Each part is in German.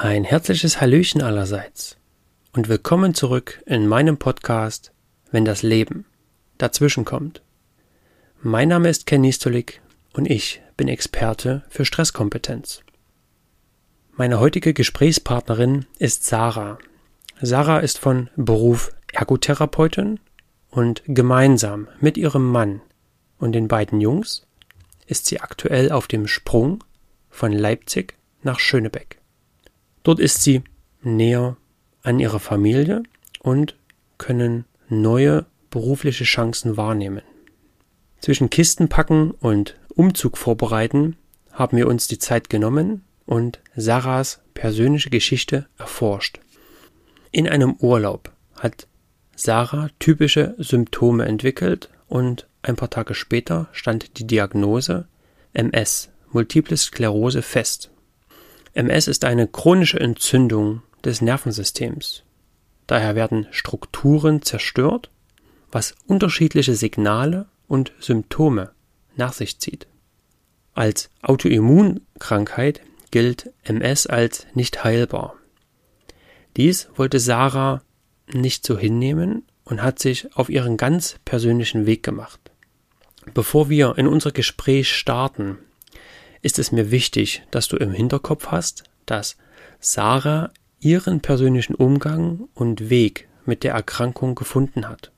Ein herzliches Hallöchen allerseits und willkommen zurück in meinem Podcast Wenn das Leben dazwischenkommt. Mein Name ist Ken Nistolik und ich bin Experte für Stresskompetenz. Meine heutige Gesprächspartnerin ist Sarah. Sarah ist von Beruf Ergotherapeutin und gemeinsam mit ihrem Mann und den beiden Jungs ist sie aktuell auf dem Sprung von Leipzig nach Schönebeck. Dort ist sie näher an ihrer Familie und können neue berufliche Chancen wahrnehmen. Zwischen Kistenpacken und Umzug vorbereiten haben wir uns die Zeit genommen und Sarahs persönliche Geschichte erforscht. In einem Urlaub hat Sarah typische Symptome entwickelt und ein paar Tage später stand die Diagnose MS, Multiple Sklerose, fest. MS ist eine chronische Entzündung des Nervensystems. Daher werden Strukturen zerstört, was unterschiedliche Signale und Symptome nach sich zieht. Als Autoimmunkrankheit gilt MS als nicht heilbar. Dies wollte Sarah nicht so hinnehmen und hat sich auf ihren ganz persönlichen Weg gemacht. Bevor wir in unser Gespräch starten, ist es mir wichtig, dass du im Hinterkopf hast, dass Sarah ihren persönlichen Umgang und Weg mit der Erkrankung gefunden hat.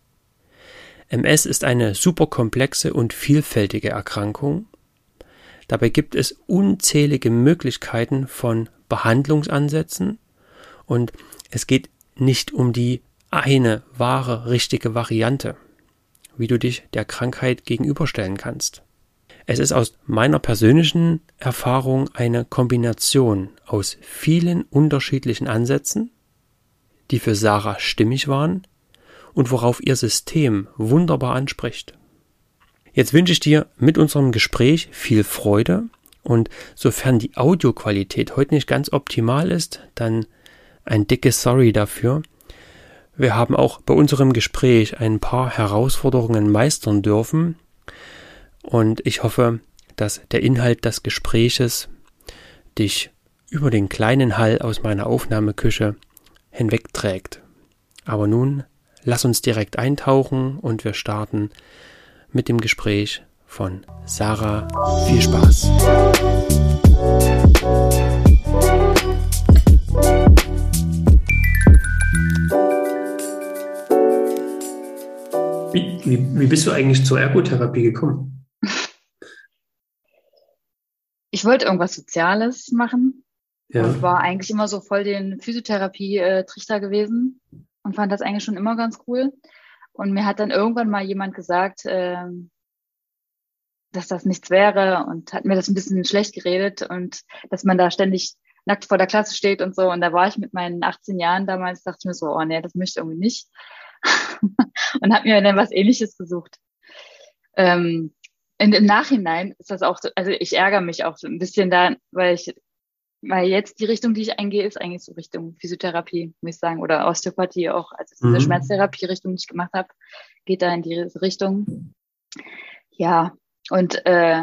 MS ist eine superkomplexe und vielfältige Erkrankung. Dabei gibt es unzählige Möglichkeiten von Behandlungsansätzen und es geht nicht um die eine wahre, richtige Variante, wie du dich der Krankheit gegenüberstellen kannst. Es ist aus meiner persönlichen Erfahrung eine Kombination aus vielen unterschiedlichen Ansätzen, die für Sarah stimmig waren und worauf ihr System wunderbar anspricht. Jetzt wünsche ich dir mit unserem Gespräch viel Freude und sofern die Audioqualität heute nicht ganz optimal ist, dann ein dickes Sorry dafür. Wir haben auch bei unserem Gespräch ein paar Herausforderungen meistern dürfen. Und ich hoffe, dass der Inhalt des Gespräches dich über den kleinen Hall aus meiner Aufnahmeküche hinwegträgt. Aber nun, lass uns direkt eintauchen und wir starten mit dem Gespräch von Sarah. Viel Spaß! Wie bist du eigentlich zur Ergotherapie gekommen? Ich wollte irgendwas Soziales machen Ja. und war eigentlich immer so voll den Physiotherapie-Trichter gewesen und fand das eigentlich schon immer ganz cool. Und mir hat dann irgendwann mal jemand gesagt, dass das nichts wäre und hat mir das ein bisschen schlecht geredet und dass man da ständig nackt vor der Klasse steht und so. Und da war ich mit meinen 18 Jahren damals, dachte ich mir so, oh nee, das möchte ich irgendwie nicht. Und habe mir dann was Ähnliches gesucht. Im Nachhinein ist das auch so, also ich ärgere mich auch so ein bisschen da, weil jetzt die Richtung, die ich eingehe, ist eigentlich so Richtung Physiotherapie, muss ich sagen, oder Osteopathie auch. Also diese Schmerztherapie-Richtung, die ich gemacht habe, geht da in die Richtung. Ja, und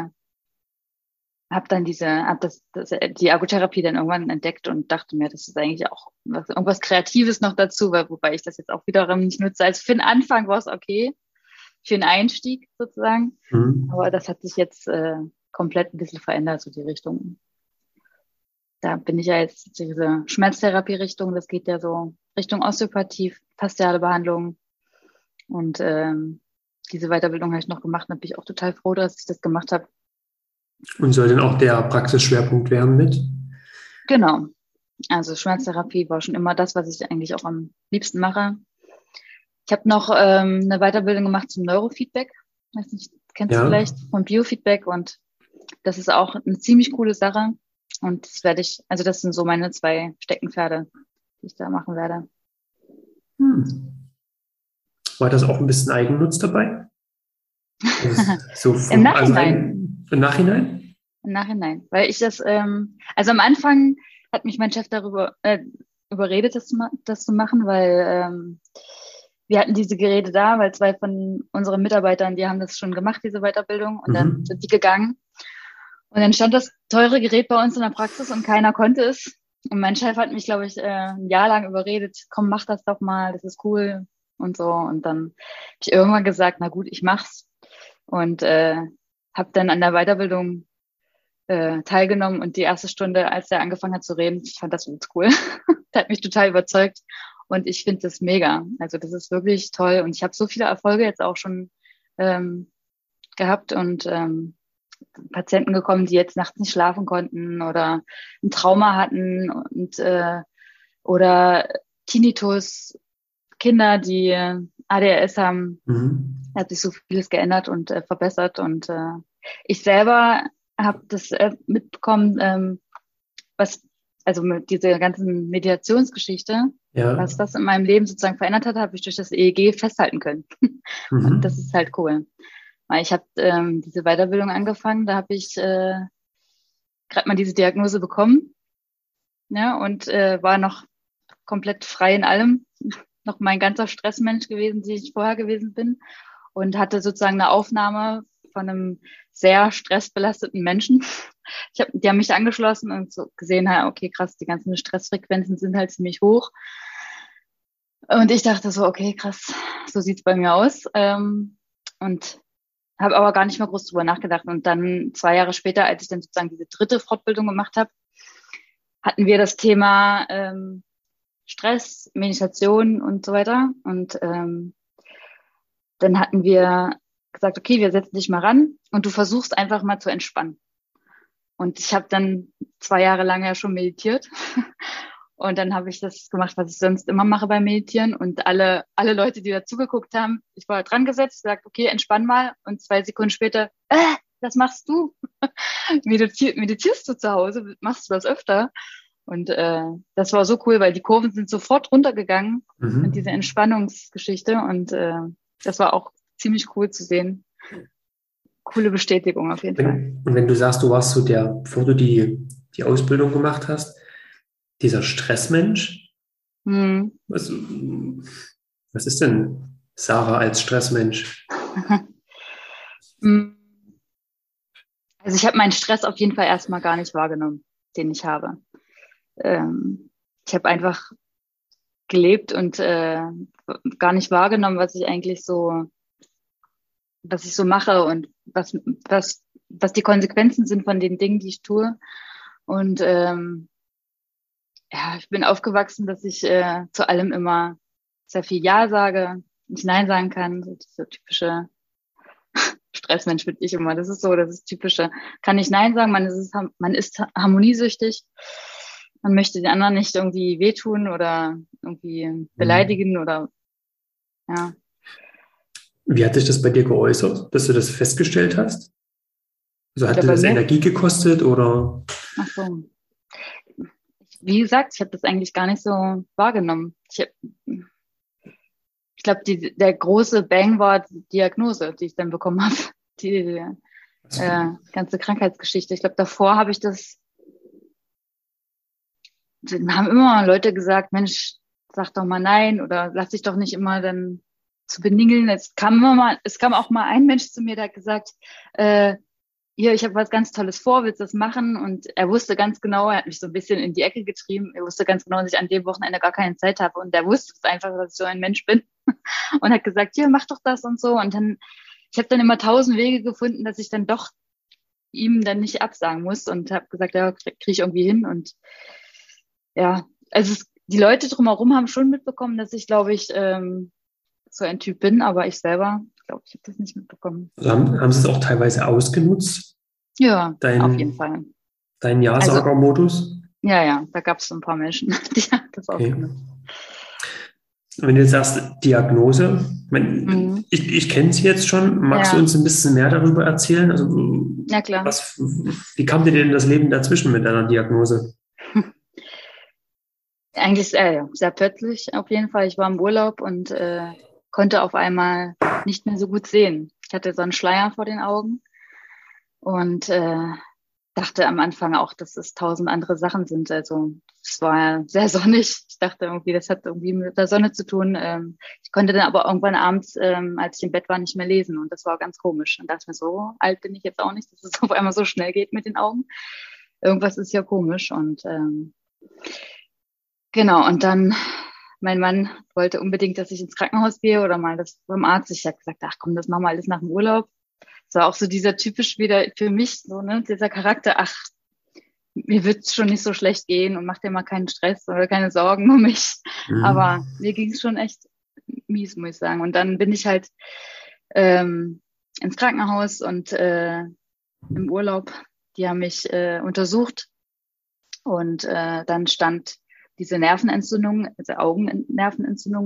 habe dann die Ergotherapie dann irgendwann entdeckt und dachte mir, das ist eigentlich auch irgendwas Kreatives noch dazu, wobei ich das jetzt auch wiederum nicht nutze. Also für den Anfang war es okay, für den Einstieg sozusagen. Aber das hat sich jetzt komplett ein bisschen verändert, so die Richtung. Da bin ich ja jetzt diese Schmerztherapie-Richtung, das geht ja so Richtung Osteopathie, fasziale Behandlung. Und diese Weiterbildung habe ich noch gemacht und bin ich auch total froh, dass ich das gemacht habe. Und soll denn auch der Praxisschwerpunkt werden mit? Genau. Also Schmerztherapie war schon immer das, was ich eigentlich auch am liebsten mache. Ich habe noch eine Weiterbildung gemacht zum Neurofeedback. Weiß nicht, kennst du vielleicht von Biofeedback und das ist auch eine ziemlich coole Sache. Und das sind so meine 2 Steckenpferde, die ich da machen werde. War das auch ein bisschen Eigennutz dabei? Also Im Nachhinein. Im Nachhinein? Im Nachhinein, weil ich das, also am Anfang hat mich mein Chef darüber überredet, das zu machen, weil wir hatten diese Geräte da, weil 2 von unseren Mitarbeitern, die haben das schon gemacht, diese Weiterbildung, und dann sind die gegangen. Und dann stand das teure Gerät bei uns in der Praxis und keiner konnte es. Und mein Chef hat mich, glaube ich, ein Jahr lang überredet, komm, mach das doch mal, das ist cool und so. Und dann habe ich irgendwann gesagt, na gut, ich mach's. Und habe dann an der Weiterbildung teilgenommen und die erste Stunde, als er angefangen hat zu reden, ich fand das übelst cool. Der hat mich total überzeugt und ich finde das mega. Also das ist wirklich toll und ich habe so viele Erfolge jetzt auch schon ähm, gehabt und Patienten gekommen, die jetzt nachts nicht schlafen konnten oder ein Trauma hatten und oder Tinnitus, Kinder, die ADHS haben. Mhm. Hat sich so vieles geändert und verbessert und ich selber habe das mitbekommen, was also mit dieser ganzen Meditationsgeschichte, Ja. was das in meinem Leben sozusagen verändert hat, habe ich durch das EEG festhalten können. Und das Mhm. ist halt cool. Weil ich habe diese Weiterbildung angefangen, da habe ich gerade mal diese Diagnose bekommen, ja, und war noch komplett frei in allem, noch mein ganzer Stressmensch gewesen, die ich vorher gewesen bin und hatte sozusagen eine Aufnahme von einem sehr stressbelasteten Menschen. Die haben mich angeschlossen und so gesehen, okay, krass, die ganzen Stressfrequenzen sind halt ziemlich hoch. Und ich dachte so, okay, krass, so sieht's bei mir aus. Und habe aber gar nicht mehr groß drüber nachgedacht. Und dann 2 Jahre später, als ich dann sozusagen diese dritte Fortbildung gemacht habe, hatten wir das Thema Stress, Meditation und so weiter. Und dann hatten wir gesagt, okay, wir setzen dich mal ran und du versuchst einfach mal zu entspannen. Und ich habe dann 2 Jahre lang ja schon meditiert. Und dann habe ich das gemacht, was ich sonst immer mache beim Meditieren. Und alle Leute, die da zugeguckt haben, ich war dran gesetzt, gesagt, okay, entspann mal. Und 2 Sekunden später, was machst du? Meditierst du zu Hause? Machst du das öfter? Und das war so cool, weil die Kurven sind sofort runtergegangen und diese Mhm. Entspannungsgeschichte. Und das war auch ziemlich cool zu sehen. Coole Bestätigung auf jeden Fall. Und wenn du sagst, du warst so der, bevor du die Ausbildung gemacht hast, dieser Stressmensch, Hm. was, was ist denn Sarah als Stressmensch? Hm. Also ich habe meinen Stress auf jeden Fall erstmal gar nicht wahrgenommen, den ich habe. Ich habe einfach gelebt und gar nicht wahrgenommen, was ich so mache und was die Konsequenzen sind von den Dingen, die ich tue. Und ja, ich bin aufgewachsen, dass ich zu allem immer sehr viel Ja sage, nicht Nein sagen kann. So dieser typische Stressmensch bin ich immer. Das ist so, das ist typische. Kann nicht Nein sagen, man ist harmoniesüchtig. Man möchte den anderen nicht irgendwie wehtun oder irgendwie Mhm. beleidigen oder ja. Wie hat sich das bei dir geäußert, dass du das festgestellt hast? Also hat Wieder dir bei das mir. Energie gekostet oder? Ach so. Wie gesagt, ich habe das eigentlich gar nicht so wahrgenommen. Ich glaube, der große Bang war die Diagnose, die ich dann bekommen habe. Die ganze Krankheitsgeschichte. Ich glaube, davor habe ich das, dann haben immer Leute gesagt, Mensch, sag doch mal nein oder lass dich doch nicht immer dann zu beningeln. Es kam auch mal ein Mensch zu mir, der hat gesagt, hier, ich habe was ganz Tolles vor, willst du das machen? Und er wusste ganz genau, er hat mich so ein bisschen in die Ecke getrieben, er wusste ganz genau, dass ich an dem Wochenende gar keine Zeit habe und er wusste es einfach, dass ich so ein Mensch bin und hat gesagt, hier, mach doch das und so. Und dann, ich habe dann immer 1000 Wege gefunden, dass ich dann doch ihm dann nicht absagen muss und habe gesagt, ja, kriege ich irgendwie hin. Und ja, also die Leute drumherum haben schon mitbekommen, dass ich, glaube ich, so ein Typ bin, aber ich selber, glaube ich, habe das nicht mitbekommen. Also haben sie es auch teilweise ausgenutzt, Ja, auf jeden dein, Fall. dein Also, Ja-Sager-Modus? ja, da gab es so ein paar Menschen, die haben das Okay. ausgenutzt. Wenn du jetzt sagst, Diagnose, Mhm. ich kenne sie jetzt schon. Magst du Ja, uns ein bisschen mehr darüber erzählen? Also, ja klar. wie kam dir denn das Leben dazwischen mit deiner Diagnose? Eigentlich ja, sehr plötzlich auf jeden Fall. Ich war im Urlaub und konnte auf einmal nicht mehr so gut sehen. Ich hatte so einen Schleier vor den Augen und dachte am Anfang auch, dass es 1000 andere Sachen sind. Also es war ja sehr sonnig. Ich dachte irgendwie, das hat irgendwie mit der Sonne zu tun. Ich konnte dann aber irgendwann abends, als ich im Bett war, nicht mehr lesen und das war ganz komisch. Und dachte mir, so alt bin ich jetzt auch nicht, dass es auf einmal so schnell geht mit den Augen. Irgendwas ist ja komisch und Genau, und dann, mein Mann wollte unbedingt, dass ich ins Krankenhaus gehe oder mal das beim Arzt. Ich habe gesagt, ach komm, das machen wir alles nach dem Urlaub. Das war auch so dieser typisch wieder für mich, so, ne, dieser Charakter, ach, mir wird's schon nicht so schlecht gehen und mach dir mal keinen Stress oder keine Sorgen um mich. Aber Mhm. mir ging's schon echt mies, muss ich sagen. Und dann bin ich halt ins Krankenhaus und im Urlaub, die haben mich untersucht und dann stand diese Nervenentzündung, also Augennervenentzündung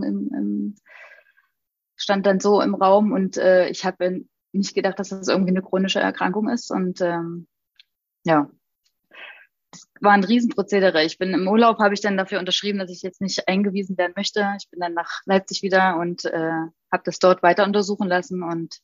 stand dann so im Raum und ich habe nicht gedacht, dass das irgendwie eine chronische Erkrankung ist und ja, war ein Riesenprozedere. Ich bin im Urlaub, habe ich dann dafür unterschrieben, dass ich jetzt nicht eingewiesen werden möchte. Ich bin dann nach Leipzig wieder und habe das dort weiter untersuchen lassen und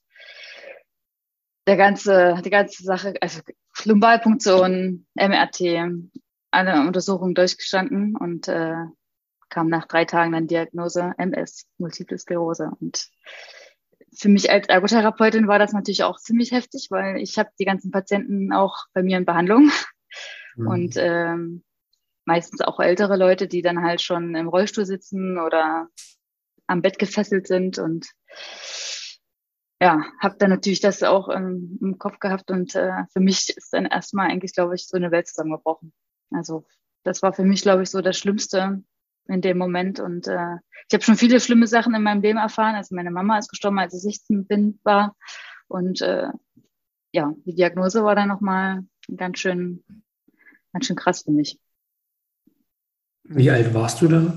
die ganze Sache, also Lumbalpunktion, MRT, alle Untersuchungen durchgestanden und kam nach 3 Tagen dann Diagnose MS, Multiple Sklerose. Und für mich als Ergotherapeutin war das natürlich auch ziemlich heftig, weil ich habe die ganzen Patienten auch bei mir in Behandlung und Mhm. meistens auch ältere Leute, die dann halt schon im Rollstuhl sitzen oder am Bett gefesselt sind und ja, habe dann natürlich das auch im Kopf gehabt und für mich ist dann erstmal eigentlich, glaube ich, so eine Welt zusammengebrochen. Also das war für mich, glaube ich, so das Schlimmste in dem Moment und ich habe schon viele schlimme Sachen in meinem Leben erfahren. Also meine Mama ist gestorben, als ich 16 war und ja, die Diagnose war dann nochmal ganz schön krass für mich. Wie alt warst du da?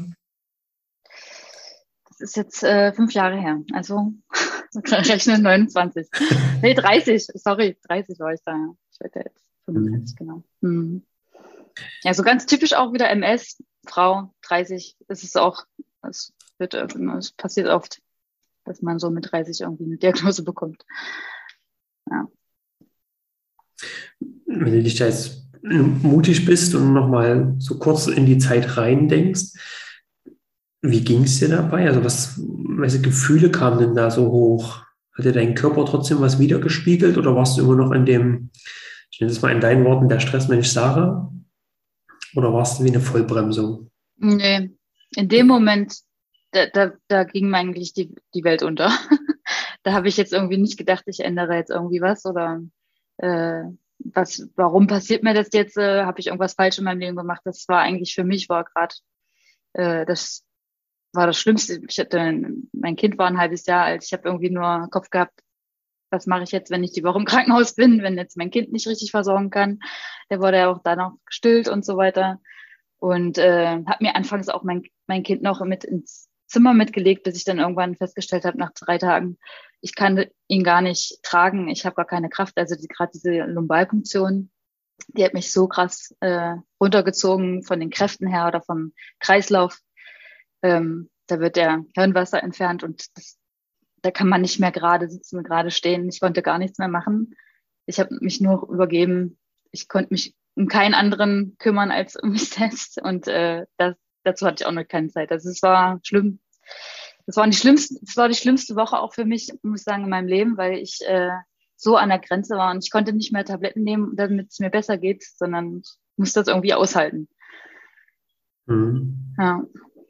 Das ist jetzt 5 Jahre her. Also rechne 29. Nee, 30. Sorry, 30 war ich da. Ja. Ich werde jetzt 35, Mhm. genau. Ja, so ganz typisch auch wieder MS, Frau, 30. Es ist auch, es passiert oft, dass man so mit 30 irgendwie eine Diagnose bekommt. Ja. Wenn du dich da jetzt mutig bist und nochmal so kurz in die Zeit rein denkst, wie ging es dir dabei? Also welche Gefühle kamen denn da so hoch? Hat dir dein Körper trotzdem was wiedergespiegelt oder warst du immer noch in dem, ich nenne es mal in deinen Worten, der Stressmensch Sarah? Oder warst du wie eine Vollbremsung? Nee, in dem Moment, da ging mir eigentlich die Welt unter. Da habe ich jetzt irgendwie nicht gedacht, ich ändere jetzt irgendwie was oder äh, warum passiert mir das jetzt? Habe ich irgendwas falsch in meinem Leben gemacht? Das war eigentlich für mich, war gerade, das war das Schlimmste. Mein Kind war ein halbes Jahr alt. Ich habe irgendwie nur Kopf gehabt, was mache ich jetzt, wenn ich die Woche im Krankenhaus bin, wenn jetzt mein Kind nicht richtig versorgen kann. Der wurde ja auch da noch gestillt und so weiter. Und habe mir anfangs auch mein Kind noch mit ins Zimmer mitgelegt, bis ich dann irgendwann festgestellt habe, nach 3 Tagen, ich kann ihn gar nicht tragen, ich habe gar keine Kraft. Also gerade diese Lumbalpunktion, die hat mich so krass runtergezogen von den Kräften her oder vom Kreislauf. Da wird der Hirnwasser entfernt und da kann man nicht mehr gerade sitzen, gerade stehen. Ich konnte gar nichts mehr machen. Ich habe mich nur übergeben. Ich konnte mich um keinen anderen kümmern als um mich selbst. Und dazu hatte ich auch noch keine Zeit. Also es war schlimm. Das war die schlimmste Woche auch für mich, muss ich sagen, in meinem Leben, weil ich so an der Grenze war und ich konnte nicht mehr Tabletten nehmen, damit es mir besser geht, sondern ich musste das irgendwie aushalten. Mhm. Ja.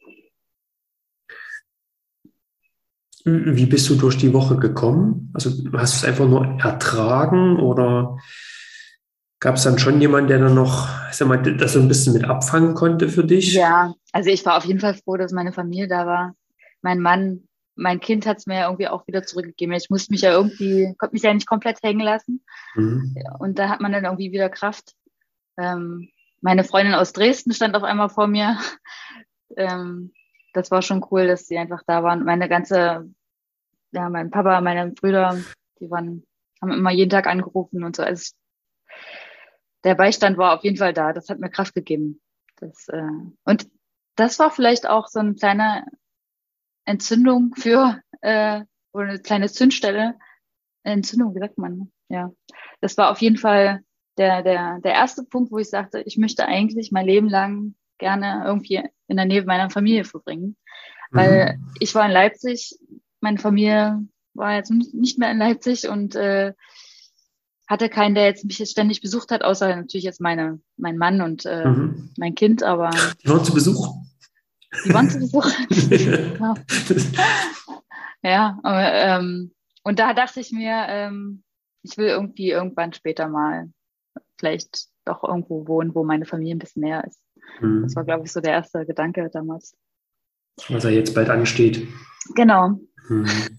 Wie bist du durch die Woche gekommen? Also hast du es einfach nur ertragen oder gab es dann schon jemanden, der dann noch, ich sag mal, das so ein bisschen mit abfangen konnte für dich? Ja, also ich war auf jeden Fall froh, dass meine Familie da war. Mein Mann, mein Kind hat es mir ja irgendwie auch wieder zurückgegeben. Ich musste mich ja irgendwie, konnte mich ja nicht komplett hängen lassen. Mhm. Und da hat man dann irgendwie wieder Kraft. Meine Freundin aus Dresden stand auf einmal vor mir. Ähm, Das war schon cool, dass sie einfach da waren. Ja, mein Papa, meine Brüder, haben immer jeden Tag angerufen und so. Also der Beistand war auf jeden Fall da. Das hat mir Kraft gegeben. Und das war vielleicht auch so eine kleine Entzündung oder eine kleine Zündstelle. Entzündung, wie sagt man? Ne? Ja. Das war auf jeden Fall der erste Punkt, wo ich sagte, ich möchte eigentlich mein Leben lang gerne irgendwie in der Nähe meiner Familie verbringen. Weil Mhm. ich war in Leipzig, meine Familie war jetzt nicht mehr in Leipzig und hatte keinen, der jetzt mich jetzt ständig besucht hat, außer natürlich jetzt mein Mann und Mhm. mein Kind, aber Die waren zu Besuch. die waren zu Besuch. Ja. Ja, aber, und da dachte ich mir, ich will irgendwie irgendwann später mal vielleicht doch irgendwo wohnen, wo meine Familie ein bisschen näher ist. Das war, Mhm. glaube ich, so der erste Gedanke damals. Was ja jetzt bald ansteht. Genau. Mhm.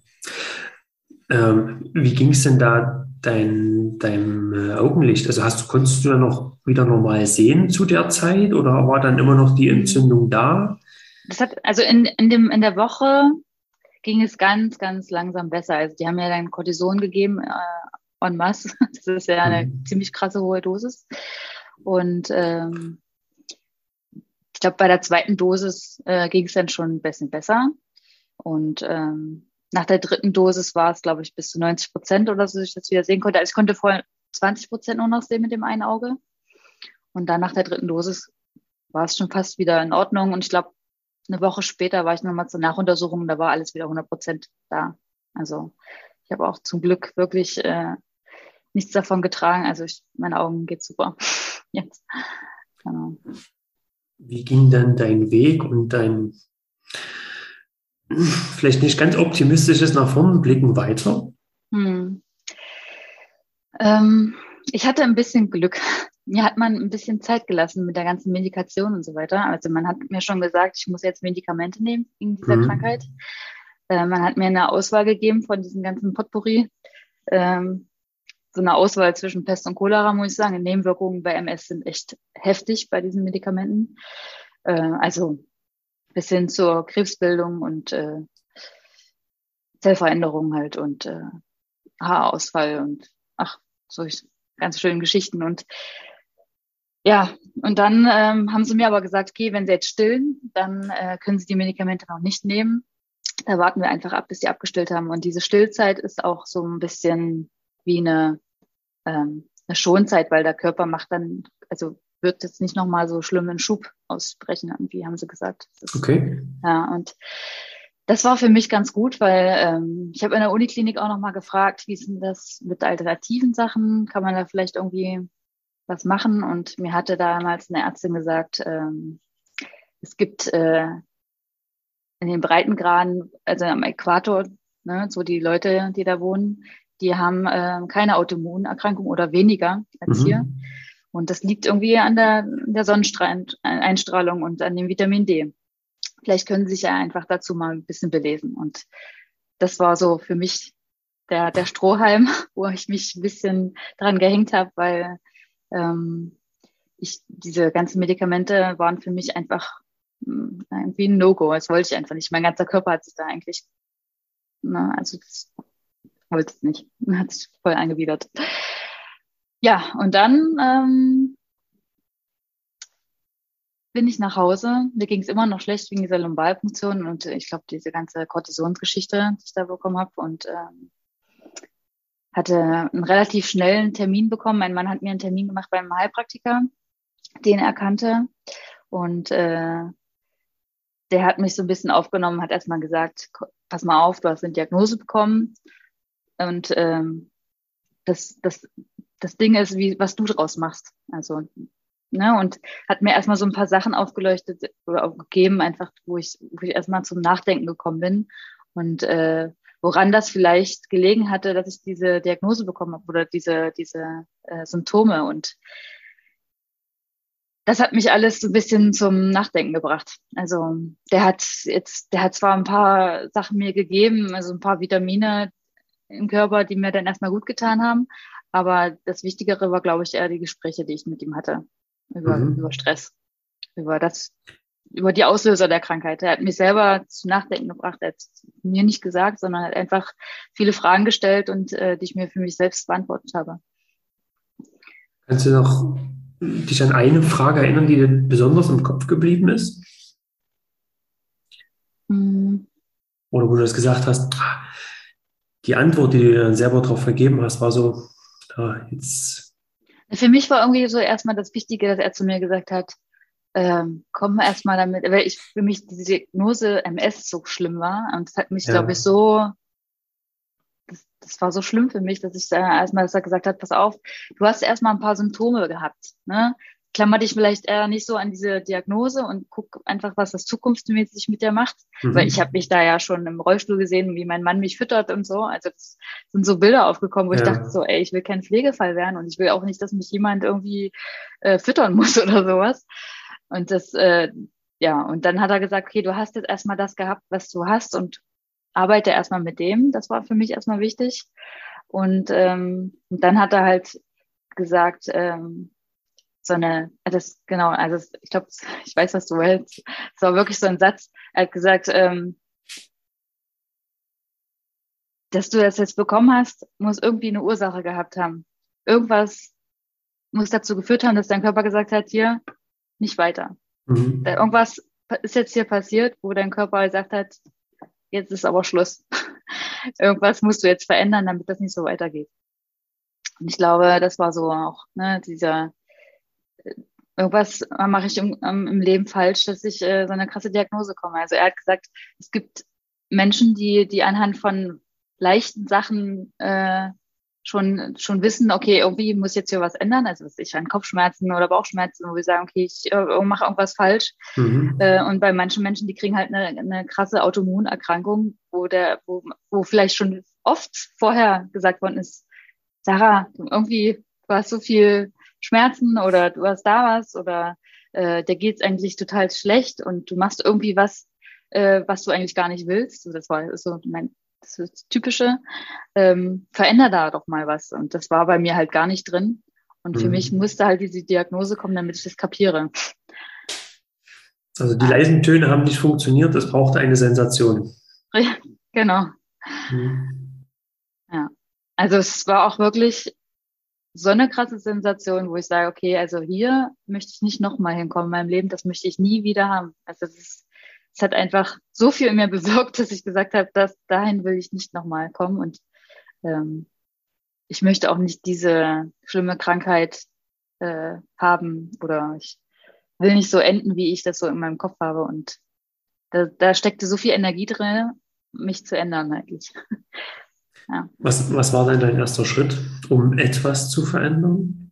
Wie ging es denn da deinem Augenlicht? Also konntest du dann noch wieder normal sehen zu der Zeit oder war dann immer noch die Hm. Entzündung da? Das hat, also in der Woche ging es ganz, ganz langsam besser. Also die haben ja dann Cortison gegeben, en masse. Das ist ja eine Mhm. ziemlich krasse hohe Dosis. Und ich glaube, bei der zweiten Dosis ging es dann schon ein bisschen besser. Und nach der dritten Dosis war es, glaube ich, bis zu 90% oder so, dass ich das wieder sehen konnte. Also ich konnte vorher 20% nur noch sehen mit dem einen Auge. Und dann nach der dritten Dosis war es schon fast wieder in Ordnung. Und ich glaube, eine Woche später war ich nochmal zur Nachuntersuchung und da war alles wieder 100% da. Also ich habe auch zum Glück wirklich nichts davon getragen. Also meinen Augen geht super. Jetzt. Genau. Wie ging dann dein Weg und dein vielleicht nicht ganz optimistisches nach vorn blicken weiter? Hm. Ähm, ich hatte ein bisschen Glück. Mir hat man ein bisschen Zeit gelassen mit der ganzen Medikation und so weiter. Also man hat mir schon gesagt, ich muss jetzt Medikamente nehmen wegen dieser Mhm. Krankheit. Man hat mir eine Auswahl gegeben von diesem ganzen Potpourri. Ähm, so eine Auswahl zwischen Pest und Cholera, muss ich sagen. Die Nebenwirkungen bei MS sind echt heftig bei diesen Medikamenten. Also bis hin zur Krebsbildung und Zellveränderung halt und Haarausfall und ach, solche ganz schönen Geschichten. Und ja, und dann haben sie mir aber gesagt, okay, wenn sie jetzt stillen, dann können sie die Medikamente noch nicht nehmen. Da warten wir einfach ab, bis die abgestillt haben. Und diese Stillzeit ist auch so ein bisschen wie eine Schonzeit, weil der Körper macht dann, also wird jetzt nicht nochmal so schlimm einen Schub ausbrechen, irgendwie haben sie gesagt. Das ist, Okay. ja, und das war für mich ganz gut, weil ich habe in der Uniklinik auch nochmal gefragt, wie ist denn das mit alternativen Sachen? Kann man da vielleicht irgendwie was machen? Und mir hatte damals eine Ärztin gesagt, es gibt in den Breitengraden, also am Äquator, ne, so die Leute, die da wohnen, die haben keine Autoimmunerkrankung oder weniger als hier. Mhm. Und das liegt irgendwie an der Sonneneinstrahlung und an dem Vitamin D. Vielleicht können Sie sich ja einfach dazu mal ein bisschen belesen. Und das war so für mich der Strohhalm, wo ich mich ein bisschen dran gehängt habe, weil ähm, diese ganzen Medikamente waren für mich einfach irgendwie ein No-Go. Das wollte ich einfach nicht. Mein ganzer Körper hat sich da eigentlich, ne, also das wollte es nicht. Hat sich voll eingewidert. Ja, und dann bin ich nach Hause. Mir ging es immer noch schlecht wegen dieser Lumbalpunktion und ich glaube, diese ganze Kortisonsgeschichte, die ich da bekommen habe und hatte einen relativ schnellen Termin bekommen. Mein Mann hat mir einen Termin gemacht beim Heilpraktiker, den er kannte. Und der hat mich so ein bisschen aufgenommen, hat erstmal gesagt, pass mal auf, du hast eine Diagnose bekommen. Und das, das, das Ding ist, was du draus machst. Also, ne, und hat mir erstmal so ein paar Sachen aufgeleuchtet oder aufgegeben, einfach, wo ich erstmal zum Nachdenken gekommen bin. Und woran das vielleicht gelegen hatte, dass ich diese Diagnose bekommen habe oder diese Symptome. Und das hat mich alles so ein bisschen zum Nachdenken gebracht. Also der hat zwar ein paar Sachen mir gegeben, also ein paar Vitamine im Körper, die mir dann erstmal gut getan haben, aber das Wichtigere war, glaube ich, eher die Gespräche, die ich mit ihm hatte über Mhm. Stress, über über die Auslöser der Krankheit. Er hat mich selber zu Nachdenken gebracht. Er hat es mir nicht gesagt, sondern hat einfach viele Fragen gestellt und die ich mir für mich selbst beantwortet habe. Kannst du noch dich an eine Frage erinnern, die dir besonders im Kopf geblieben ist? Hm. Oder wo du das gesagt hast, die Antwort, die du dir dann selber darauf vergeben hast, war so, jetzt. Für mich war irgendwie so erstmal das Wichtige, dass er zu mir gesagt hat, komm erstmal damit, weil für mich diese Diagnose MS so schlimm war und es hat mich, glaube ich, Ja. so das war so schlimm für mich, dass ich erstmal gesagt habe, pass auf, du hast erstmal ein paar Symptome gehabt, ne? Klammer dich vielleicht eher nicht so an diese Diagnose und guck einfach, was das zukunftsmäßig mit dir macht. Weil ich habe mich da ja schon im Rollstuhl gesehen, wie mein Mann mich füttert und so. Also das sind so Bilder aufgekommen, wo ich dachte so, ey, ich will kein Pflegefall werden und ich will auch nicht, dass mich jemand irgendwie füttern muss oder sowas. Und und dann hat er gesagt, okay, du hast jetzt erstmal das gehabt, was du hast und arbeite erstmal mit dem. Das war für mich erstmal wichtig. Und dann hat er halt gesagt, ich glaube, ich weiß, was du willst. Es war wirklich so ein Satz. Er hat gesagt, dass du das jetzt bekommen hast, muss irgendwie eine Ursache gehabt haben. Irgendwas muss dazu geführt haben, dass dein Körper gesagt hat, hier, nicht weiter. Irgendwas ist jetzt hier passiert, wo dein Körper gesagt hat, jetzt ist aber Schluss. Irgendwas musst du jetzt verändern, damit das nicht so weitergeht. Und ich glaube, das war so auch, ne, irgendwas mache ich im Leben falsch, dass ich so eine krasse Diagnose komme. Also er hat gesagt, es gibt Menschen, die anhand von leichten Sachen schon wissen, okay, irgendwie muss jetzt hier was ändern. Also was ich an Kopfschmerzen oder Bauchschmerzen, wo wir sagen, okay, ich mache irgendwas falsch. Und bei manchen Menschen, die kriegen halt eine krasse Autoimmunerkrankung, wo vielleicht schon oft vorher gesagt worden ist, Sarah, du hast so viel Schmerzen oder du hast da was oder der geht's eigentlich total schlecht und du machst irgendwie was, was du eigentlich gar nicht willst. Das war so das ist das Typische. Veränder da doch mal was. Und das war bei mir halt gar nicht drin. Und für mich musste halt diese Diagnose kommen, damit ich das kapiere. Also die leisen Töne haben nicht funktioniert, es brauchte eine Sensation. Genau. Ja. Also es war auch wirklich so eine krasse Sensation, wo ich sage, okay, also hier möchte ich nicht nochmal hinkommen in meinem Leben, das möchte ich nie wieder haben. Also es hat einfach so viel in mir bewirkt, dass ich gesagt habe, dahin will ich nicht nochmal kommen und ich möchte auch nicht diese schlimme Krankheit haben oder ich will nicht so enden, wie ich das so in meinem Kopf habe und da steckte so viel Energie drin, mich zu ändern eigentlich. Ja. Was war denn dein erster Schritt, um etwas zu verändern?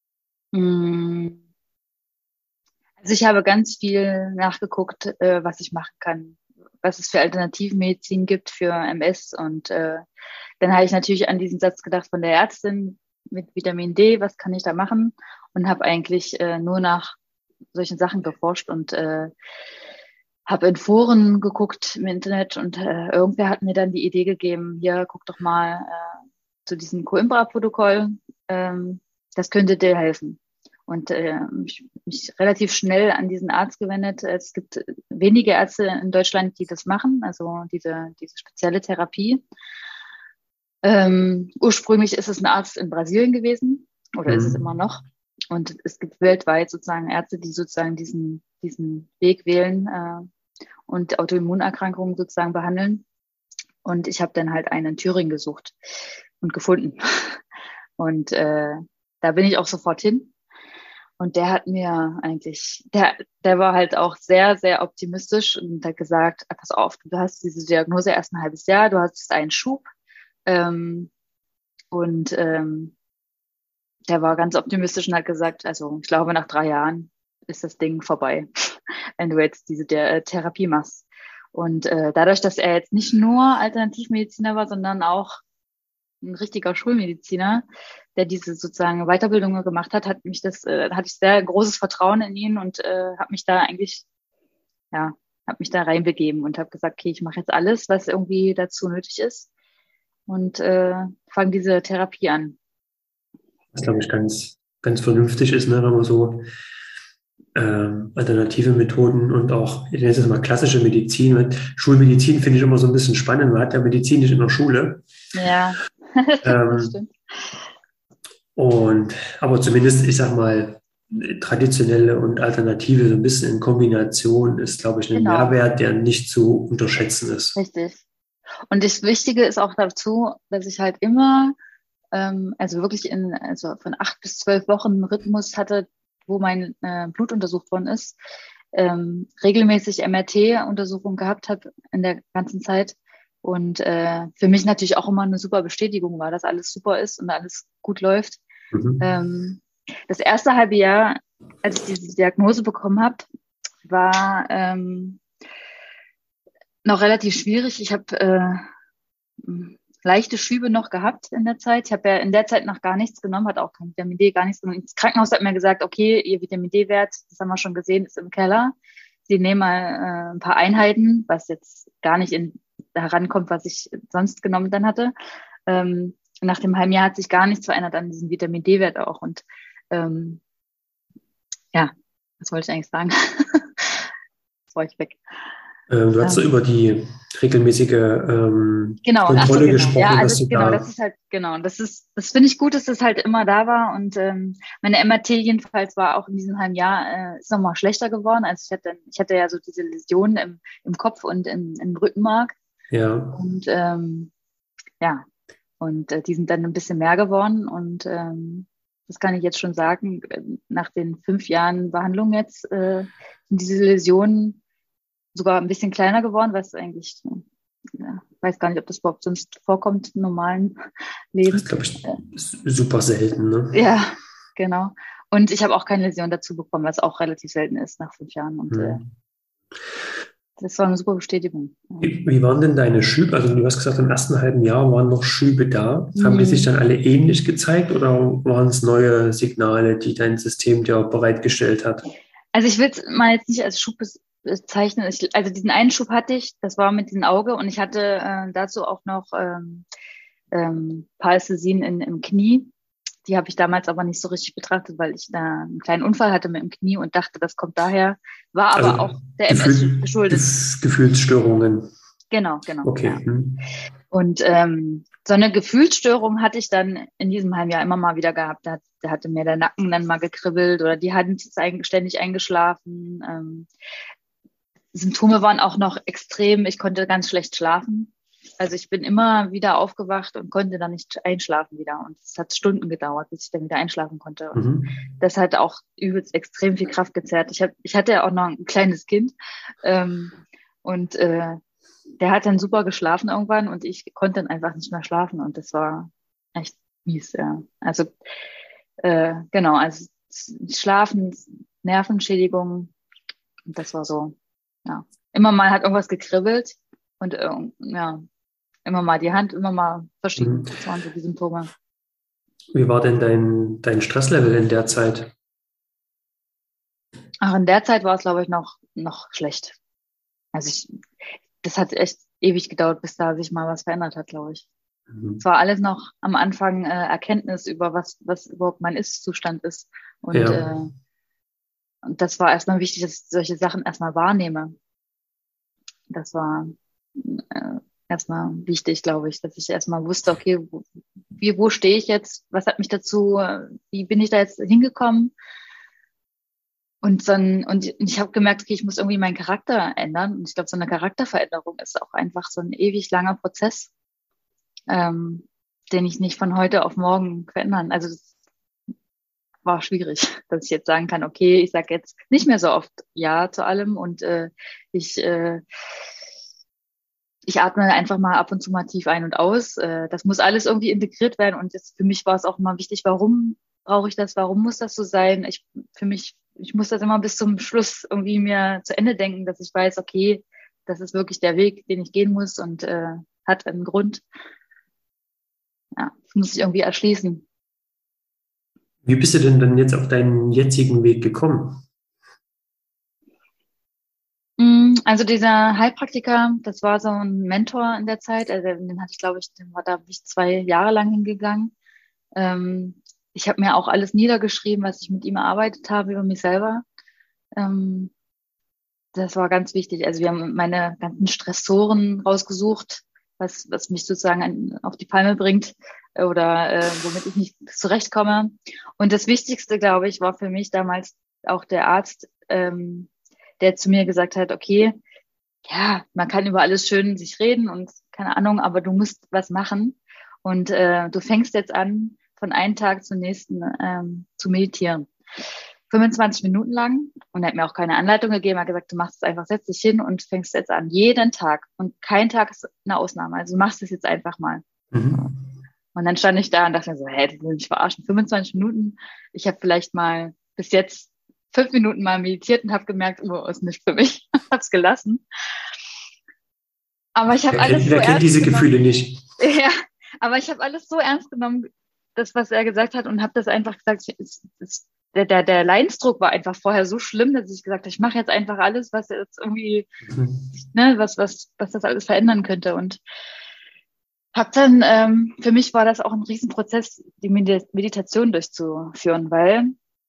Also ich habe ganz viel nachgeguckt, was ich machen kann, was es für Alternativmedizin gibt für MS. Und dann habe ich natürlich an diesen Satz gedacht von der Ärztin mit Vitamin D, was kann ich da machen? Und habe eigentlich nur nach solchen Sachen geforscht und habe in Foren geguckt im Internet und irgendwer hat mir dann die Idee gegeben, hier, guck doch mal zu diesem Coimbra-Protokoll, das könnte dir helfen. Und mich relativ schnell an diesen Arzt gewendet. Es gibt wenige Ärzte in Deutschland, die das machen, also diese spezielle Therapie. Ursprünglich ist es ein Arzt in Brasilien gewesen oder ist es immer noch. Und es gibt weltweit sozusagen Ärzte, die sozusagen diesen Weg wählen und Autoimmunerkrankungen sozusagen behandeln. Und ich habe dann halt einen in Thüringen gesucht und gefunden. Und da bin ich auch sofort hin. Und der hat mir eigentlich, der war halt auch sehr, sehr optimistisch und hat gesagt, pass auf, du hast diese Diagnose erst ein halbes Jahr, du hast einen Schub. Der war ganz optimistisch und hat gesagt, also ich glaube, nach 3 Jahren ist das Ding vorbei, wenn du jetzt diese Therapie machst. Und dadurch, dass er jetzt nicht nur Alternativmediziner war, sondern auch ein richtiger Schulmediziner, der diese sozusagen Weiterbildungen gemacht hat, hatte ich sehr großes Vertrauen in ihn und habe mich da reinbegeben und habe gesagt, okay, ich mache jetzt alles, was irgendwie dazu nötig ist und fange diese Therapie an. Was, glaube ich, ganz, ganz vernünftig ist, ne, wenn man so alternative Methoden und auch, ich nenne es mal klassische Medizin. Schulmedizin finde ich immer so ein bisschen spannend. Man hat ja Medizin nicht in der Schule. Ja, das stimmt. Aber zumindest, ich sag mal, traditionelle und alternative so ein bisschen in Kombination ist, glaube ich, ein Mehrwert, der nicht zu unterschätzen ist. Richtig. Und das Wichtige ist auch dazu, dass ich halt immer, also wirklich von 8 bis 12 Wochen einen Rhythmus hatte, wo mein Blut untersucht worden ist, regelmäßig MRT-Untersuchungen gehabt habe in der ganzen Zeit, Und für mich natürlich auch immer eine super Bestätigung war, dass alles super ist und alles gut läuft. Mhm. Das erste halbe Jahr, als ich diese Diagnose bekommen habe, war noch relativ schwierig. Ich habe leichte Schübe noch gehabt in der Zeit. Ich habe ja in der Zeit noch gar nichts genommen, hatte auch kein Vitamin D, gar nichts genommen. Das Krankenhaus hat mir gesagt, okay, Ihr Vitamin D-Wert, das haben wir schon gesehen, ist im Keller. Sie nehmen mal ein paar Einheiten, was jetzt gar nicht herankommt, was ich sonst genommen dann hatte. Nach dem halben Jahr hat sich gar nichts verändert an diesem Vitamin D-Wert auch. Und ja, was wollte ich eigentlich sagen? Jetzt war ich weg. Du hast so über die regelmäßige Genau, ach so, Kontrolle genau. Ja, gesprochen, dass also du genau, da, das ist halt, genau, das finde ich gut, dass das halt immer da war. Und meine MRT jedenfalls war auch in diesem halben Jahr, ist nochmal schlechter geworden. Also ich hatte ja so diese Läsionen im Kopf und im Rückenmark. ja, Und ja, und die sind dann ein bisschen mehr geworden. Und das kann ich jetzt schon sagen, nach den 5 Jahren Behandlung jetzt sind diese Läsionen sogar ein bisschen kleiner geworden, was eigentlich, ja, weiß gar nicht, ob das überhaupt sonst vorkommt im normalen das Leben. glaube ich ist super selten, ne? Ja, genau. Und ich habe auch keine Läsion dazu bekommen, was auch relativ selten ist nach 5 Jahren. Und Hm. das war eine super Bestätigung. Wie waren denn deine Schübe? Also du hast gesagt, im ersten halben Jahr waren noch Schübe da. Haben die sich Mhm. dann alle ähnlich gezeigt oder waren es neue Signale, die dein System dir bereitgestellt hat? Also ich will es mal jetzt nicht als Schub bezeichnen. Also diesen einen Schub hatte ich, das war mit dem Auge und ich hatte dazu auch noch Parästhesien im Knie. Die habe ich damals aber nicht so richtig betrachtet, weil ich da einen kleinen Unfall hatte mit dem Knie und dachte, das kommt daher, war aber Also auch der MS geschuldet. Gefühlsstörungen. Genau, genau, Okay. ja. Und so eine Gefühlsstörung hatte ich dann in diesem halben Jahr immer mal wieder gehabt. Da hatte mir der Nacken dann mal gekribbelt oder die Hand ist ständig eingeschlafen. Symptome waren auch noch extrem. Ich konnte ganz schlecht schlafen. Also ich bin immer wieder aufgewacht und konnte dann nicht einschlafen wieder. Und es hat Stunden gedauert, bis ich dann wieder einschlafen konnte. Und Mhm. das hat auch übelst extrem viel Kraft gezerrt. Ich hatte ja auch noch ein kleines Kind. Und der hat dann super geschlafen irgendwann und ich konnte dann einfach nicht mehr schlafen. Und das war echt mies, ja. Also genau, also Schlafen, Nervenschädigung. Und das war so, ja. Immer mal hat irgendwas gekribbelt und ja, immer mal die Hand, immer mal verschieden. Mhm. Das waren so die Symptome. Wie war denn dein Stresslevel in der Zeit? Ach, in der Zeit war es, glaube ich, noch schlecht. Also das hat echt ewig gedauert, bis da sich mal was verändert hat, glaube ich. Mhm. Es war alles noch am Anfang Erkenntnis über was überhaupt mein Ist-Zustand ist. Ja. Und das war erstmal wichtig, dass ich solche Sachen erstmal wahrnehme. Das war erstmal wichtig, glaube ich, dass ich erstmal wusste, okay, wo stehe ich jetzt? Was hat mich dazu, wie bin ich da jetzt hingekommen? Und ich habe gemerkt, okay, ich muss irgendwie meinen Charakter ändern. Und ich glaube, so eine Charakterveränderung ist auch einfach so ein ewig langer Prozess, den ich nicht von heute auf morgen verändern. Also das war schwierig, dass ich jetzt sagen kann, okay, ich sage jetzt nicht mehr so oft Ja zu allem und ich atme einfach mal ab und zu mal tief ein und aus. Das muss alles irgendwie integriert werden. Und jetzt, für mich war es auch immer wichtig, warum brauche ich das? Warum muss das so sein? Ich muss das immer bis zum Schluss irgendwie mir zu Ende denken, dass ich weiß, okay, das ist wirklich der Weg, den ich gehen muss und hat einen Grund. Ja, das muss ich irgendwie erschließen. Wie bist du denn dann jetzt auf deinen jetzigen Weg gekommen? Also dieser Heilpraktiker, das war so ein Mentor in der Zeit. Also den hatte ich, glaube ich, da bin ich 2 Jahre lang hingegangen. Ich habe mir auch alles niedergeschrieben, was ich mit ihm erarbeitet habe über mich selber. Ähm, Das war ganz wichtig. Also wir haben meine ganzen Stressoren rausgesucht, was mich sozusagen auf die Palme bringt oder womit ich nicht zurechtkomme. Und das Wichtigste, glaube ich, war für mich damals auch der Arzt, der zu mir gesagt hat, okay, ja, man kann über alles schön sich reden und keine Ahnung, aber du musst was machen. Und du fängst jetzt an, von einem Tag zum nächsten zu meditieren. 25 Minuten lang und er hat mir auch keine Anleitung gegeben. Er hat gesagt, du machst es einfach, setz dich hin und fängst jetzt an. Jeden Tag. Und kein Tag ist eine Ausnahme. Also du machst es jetzt einfach mal. Mhm. Und dann stand ich da und dachte mir so, hey, das will mich verarschen. 25 Minuten. Ich habe vielleicht mal bis jetzt 5 Minuten mal meditiert und habe gemerkt, oh, ist nicht für mich. Hab's gelassen. Aber ich habe alles so Wer kennt ernst diese genommen. Gefühle nicht? Ja, aber ich habe alles so ernst genommen, das, was er gesagt hat, und habe das einfach gesagt, der Leidensdruck war einfach vorher so schlimm, dass ich gesagt habe, ich mache jetzt einfach alles, was jetzt irgendwie, Mhm. ne, was das alles verändern könnte. Und habe dann, für mich war das auch ein Riesenprozess, die Meditation durchzuführen, weil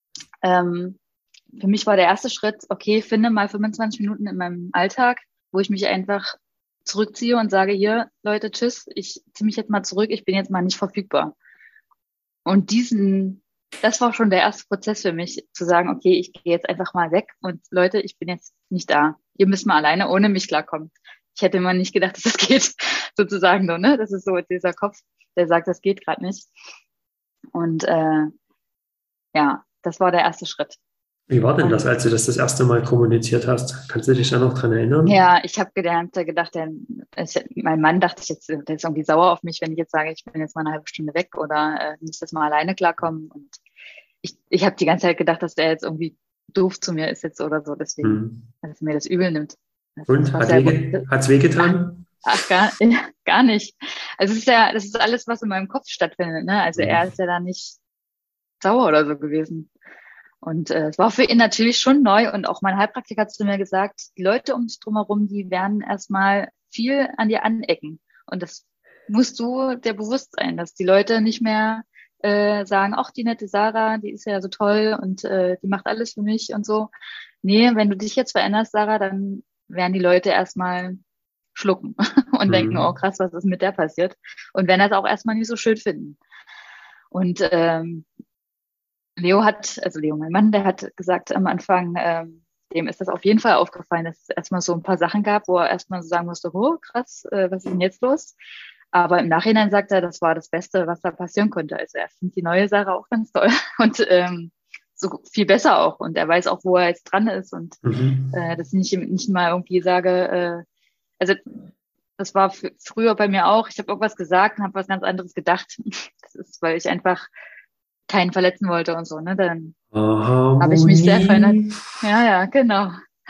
für mich war der erste Schritt, okay, finde mal 25 Minuten in meinem Alltag, wo ich mich einfach zurückziehe und sage, hier, Leute, tschüss, ich ziehe mich jetzt mal zurück, ich bin jetzt mal nicht verfügbar. Und das war schon der erste Prozess für mich, zu sagen, okay, ich gehe jetzt einfach mal weg und Leute, ich bin jetzt nicht da. Ihr müsst mal alleine ohne mich klarkommen. Ich hätte mal nicht gedacht, dass das geht, sozusagen so, ne? Das ist so dieser Kopf, der sagt, das geht gerade nicht. Und ja, das war der erste Schritt. Wie war denn das, Und als du das erste Mal kommuniziert hast? Kannst du dich da noch dran erinnern? ja, ich habe gedacht, mein Mann dachte ich jetzt, der ist irgendwie sauer auf mich, wenn ich jetzt sage, ich bin jetzt mal eine halbe Stunde weg oder muss das mal alleine klarkommen. Und ich habe die ganze Zeit gedacht, dass der jetzt irgendwie doof zu mir ist jetzt oder so, deswegen, dass er mir das übel nimmt. Und? Das war sehr, Hat's wehgetan? ach, gar nicht. Also das ist alles, was in meinem Kopf stattfindet, ne? Also er ist ja da nicht sauer oder so gewesen. Und es war für ihn natürlich schon neu. Und auch mein Heilpraktiker hat zu mir gesagt, die Leute um dich drumherum, die werden erstmal viel an dir anecken. Und das musst du dir bewusst sein, dass die Leute nicht mehr sagen, ach, die nette Sarah, die ist ja so toll und die macht alles für mich und so. Nee, wenn du dich jetzt veränderst, Sarah, dann werden die Leute erstmal schlucken und denken, oh krass, was ist mit der passiert? Und werden das auch erstmal nicht so schön finden. Und Leo, mein Mann, der hat gesagt am Anfang, dem ist das auf jeden Fall aufgefallen, dass es erstmal so ein paar Sachen gab, wo er erstmal so sagen musste, oh krass, was ist denn jetzt los? Aber im Nachhinein sagt er, das war das Beste, was da passieren konnte. Also er findet die neue Sache auch ganz toll und so viel besser auch. Und er weiß auch, wo er jetzt dran ist und dass ich nicht mal irgendwie sage, also das war früher bei mir auch, ich habe irgendwas gesagt und habe was ganz anderes gedacht. Das ist, weil ich einfach keinen verletzen wollte und so, ne? Dann habe ich mich sehr verändert. Ja, genau.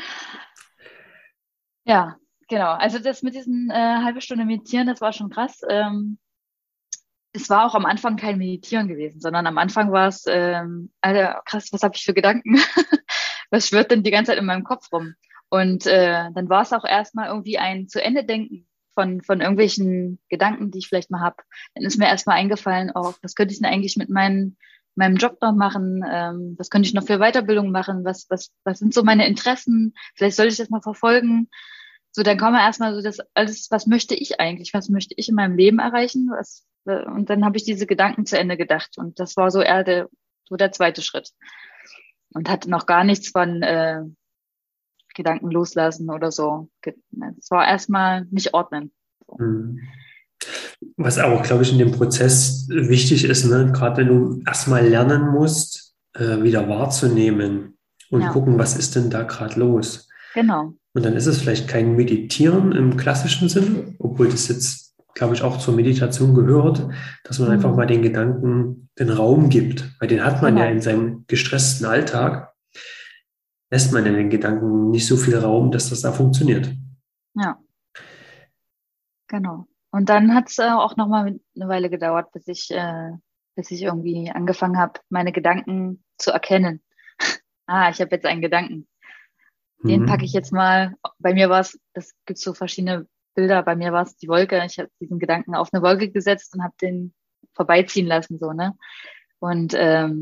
Ja, genau. Also das mit diesen halbe Stunde Meditieren, das war schon krass. Es war auch am Anfang kein Meditieren gewesen, sondern am Anfang war es, Alter, krass, was habe ich für Gedanken? Was schwirrt denn die ganze Zeit in meinem Kopf rum? Und dann war es auch erstmal irgendwie ein zu Ende denken von irgendwelchen Gedanken, die ich vielleicht mal habe. Dann ist mir erstmal eingefallen, oh, was könnte ich denn eigentlich mit meinem Job noch machen? Was könnte ich noch für Weiterbildung machen? Was sind so meine Interessen? Vielleicht sollte ich das mal verfolgen. So, dann kommen wir erstmal so das alles, was möchte ich eigentlich? Was möchte ich in meinem Leben erreichen? Und dann habe ich diese Gedanken zu Ende gedacht. Und das war so eher der zweite Schritt. Und hatte noch gar nichts von Gedanken loslassen oder so. Es war erstmal mich ordnen. So. Was auch, glaube ich, in dem Prozess wichtig ist, ne? Gerade wenn du erstmal lernen musst, wieder wahrzunehmen und gucken, was ist denn da gerade los. Genau. Und dann ist es vielleicht kein Meditieren im klassischen Sinne, obwohl das jetzt, glaube ich, auch zur Meditation gehört, dass man einfach mal den Gedanken den Raum gibt, weil den hat man ja in seinem gestressten Alltag, lässt man ja den Gedanken nicht so viel Raum, dass das da funktioniert. Ja, genau. Und dann hat es auch noch mal eine Weile gedauert, bis ich irgendwie angefangen habe, meine Gedanken zu erkennen. Ich habe jetzt einen Gedanken. Den packe ich jetzt mal. Bei mir war es, das gibt so verschiedene Bilder. Bei mir war es die Wolke. Ich habe diesen Gedanken auf eine Wolke gesetzt und habe den vorbeiziehen lassen, so, ne? Und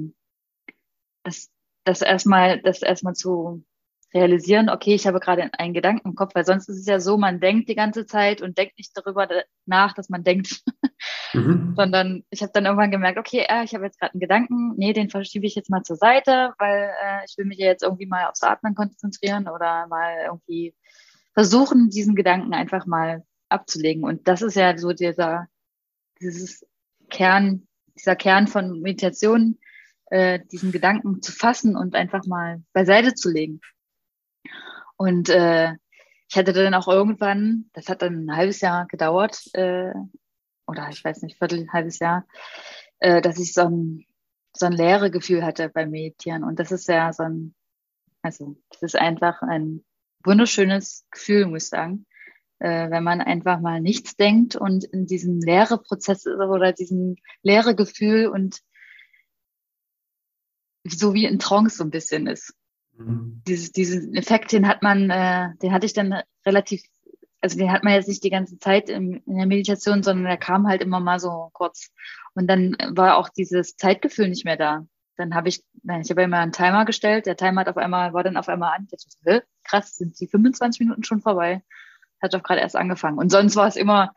das erstmal zu realisieren, okay, ich habe gerade einen Gedanken im Kopf, weil sonst ist es ja so, man denkt die ganze Zeit und denkt nicht darüber nach, dass man denkt, sondern ich habe dann irgendwann gemerkt, okay, ich habe jetzt gerade einen Gedanken, nee, den verschiebe ich jetzt mal zur Seite, weil ich will mich ja jetzt irgendwie mal aufs Atmen konzentrieren oder mal irgendwie versuchen, diesen Gedanken einfach mal abzulegen. Und das ist ja so dieser Kern von Meditation, diesen Gedanken zu fassen und einfach mal beiseite zu legen. Und ich hatte dann auch irgendwann, das hat dann ein halbes Jahr gedauert, oder ich weiß nicht, halbes Jahr, dass ich so ein leere Gefühl hatte beim Meditieren. Und das ist ja also das ist einfach ein wunderschönes Gefühl, muss ich sagen, wenn man einfach mal nichts denkt und in diesem leere Prozess ist oder diesem leere Gefühl und so wie in Trance so ein bisschen ist. Diesen Effekt, den hatte ich dann relativ, also den hat man jetzt nicht die ganze Zeit in der Meditation, sondern der kam halt immer mal so kurz. Und dann war auch dieses Zeitgefühl nicht mehr da. Ich habe immer einen Timer gestellt, der Timer war dann auf einmal an. Ich dachte, krass, sind die 25 Minuten schon vorbei? Hat doch gerade erst angefangen. Und sonst war es immer,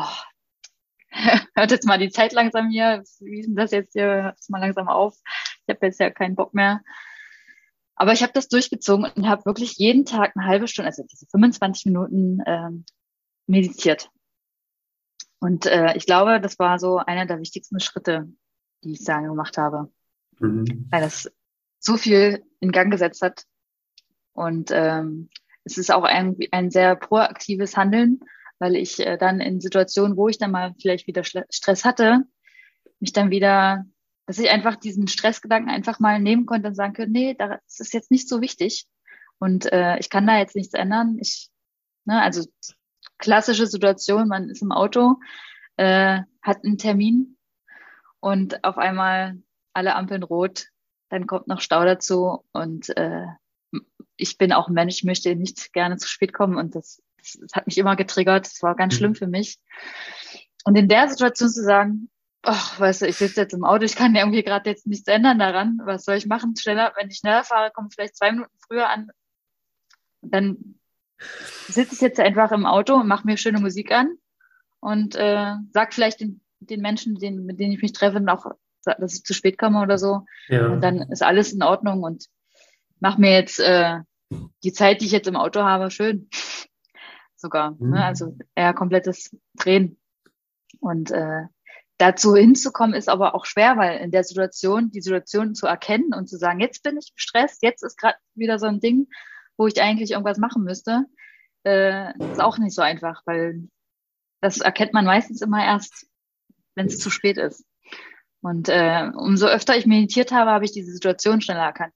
hört jetzt mal die Zeit langsam hier, wie ist denn das jetzt hier, hört es mal langsam auf. Ich habe jetzt ja keinen Bock mehr. Aber ich habe das durchgezogen und habe wirklich jeden Tag eine halbe Stunde, also diese 25 Minuten meditiert. Und ich glaube, das war so einer der wichtigsten Schritte, die ich da gemacht habe. Weil das so viel in Gang gesetzt hat. Und es ist auch ein sehr proaktives Handeln, weil ich dann in Situationen, wo ich dann mal vielleicht wieder Stress hatte, mich dann wieder, dass ich einfach diesen Stressgedanken einfach mal nehmen konnte und sagen könnte, nee, das ist jetzt nicht so wichtig. Und ich kann da jetzt nichts ändern. Also klassische Situation, man ist im Auto, hat einen Termin und auf einmal alle Ampeln rot, dann kommt noch Stau dazu und ich bin auch ein Mensch, ich möchte nicht gerne zu spät kommen und das hat mich immer getriggert, das war ganz schlimm für mich. Und in der Situation zu sagen, ach, weißt du, ich sitze jetzt im Auto, ich kann ja irgendwie gerade jetzt nichts ändern daran, was soll ich machen? Wenn ich schneller fahre, komme ich vielleicht 2 Minuten früher an. Und dann sitze ich jetzt einfach im Auto und mache mir schöne Musik an und sag vielleicht den Menschen, mit denen ich mich treffe, noch, dass ich zu spät komme oder so. Ja. Und dann ist alles in Ordnung und mach mir jetzt die Zeit, die ich jetzt im Auto habe, schön. Sogar. Ne? Also eher komplettes Drehen. Und dazu hinzukommen ist aber auch schwer, weil in der Situation, die Situation zu erkennen und zu sagen, jetzt bin ich gestresst, jetzt ist gerade wieder so ein Ding, wo ich eigentlich irgendwas machen müsste, ist auch nicht so einfach, weil das erkennt man meistens immer erst, wenn es zu spät ist. Und umso öfter ich meditiert habe, habe ich diese Situation schneller erkannt.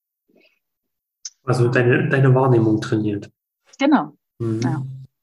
Also deine Wahrnehmung trainiert. Genau. Ja.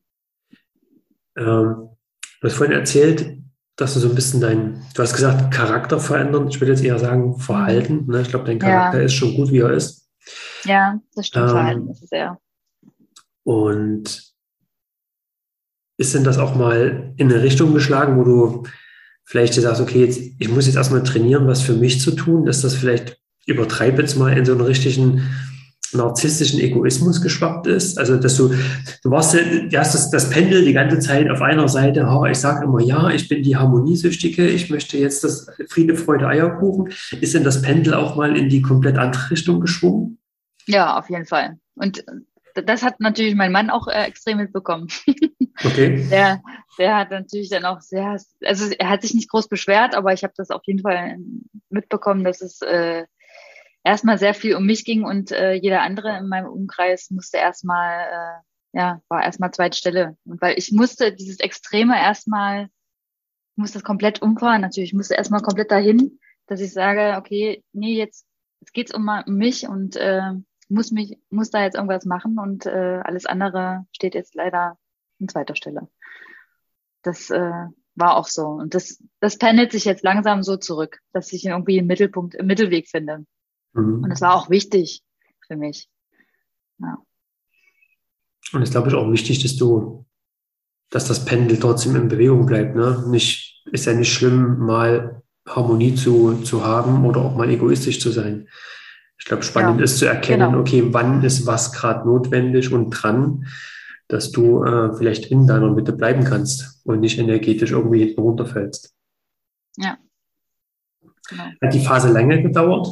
Du hast vorhin erzählt, dass du so ein bisschen du hast gesagt, Charakter verändern. Ich würde jetzt eher sagen, Verhalten. Ne? Ich glaube, dein Charakter ist schon gut, wie er ist. Ja, das stimmt, Verhalten ist es eher. Und ist denn das auch mal in eine Richtung geschlagen, wo du vielleicht sagst, okay, ich muss jetzt erstmal trainieren, was für mich zu tun, dass das vielleicht, übertreib jetzt mal, in so einen richtigen narzisstischen Egoismus geschwappt ist? Also, dass du hast das Pendel die ganze Zeit auf einer Seite, ich sage immer, ja, ich bin die Harmoniesüchtige, ich möchte jetzt das Friede, Freude, Eierkuchen. Ist denn das Pendel auch mal in die komplett andere Richtung geschwungen? Ja, auf jeden Fall. Und das hat natürlich mein Mann auch extrem mitbekommen. Okay. Der hat natürlich dann auch also er hat sich nicht groß beschwert, aber ich habe das auf jeden Fall mitbekommen, dass es erstmal sehr viel um mich ging und jeder andere in meinem Umkreis musste war erstmal Zweitstelle. Und weil ich musste dieses Extreme ich musste das komplett umfahren natürlich, ich musste erstmal komplett dahin, dass ich sage, okay, nee, jetzt geht's um mich und muss da jetzt irgendwas machen und alles andere steht jetzt leider an zweiter Stelle. Das war auch so. Und das pendelt sich jetzt langsam so zurück, dass ich irgendwie im Mittelweg finde. Und das war auch wichtig für mich. Ja. Und es ist, glaube ich, auch wichtig, dass das Pendel trotzdem in Bewegung bleibt. Ne? Ist ja nicht schlimm, mal Harmonie zu haben oder auch mal egoistisch zu sein. Ich glaube, spannend ist zu erkennen, okay, wann ist was gerade notwendig und dran, dass du vielleicht in deiner Mitte bleiben kannst und nicht energetisch irgendwie hinten runterfällst. Ja. Genau. Hat die Phase länger gedauert?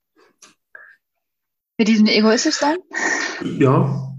Für diesen egoistisch sein? Ja.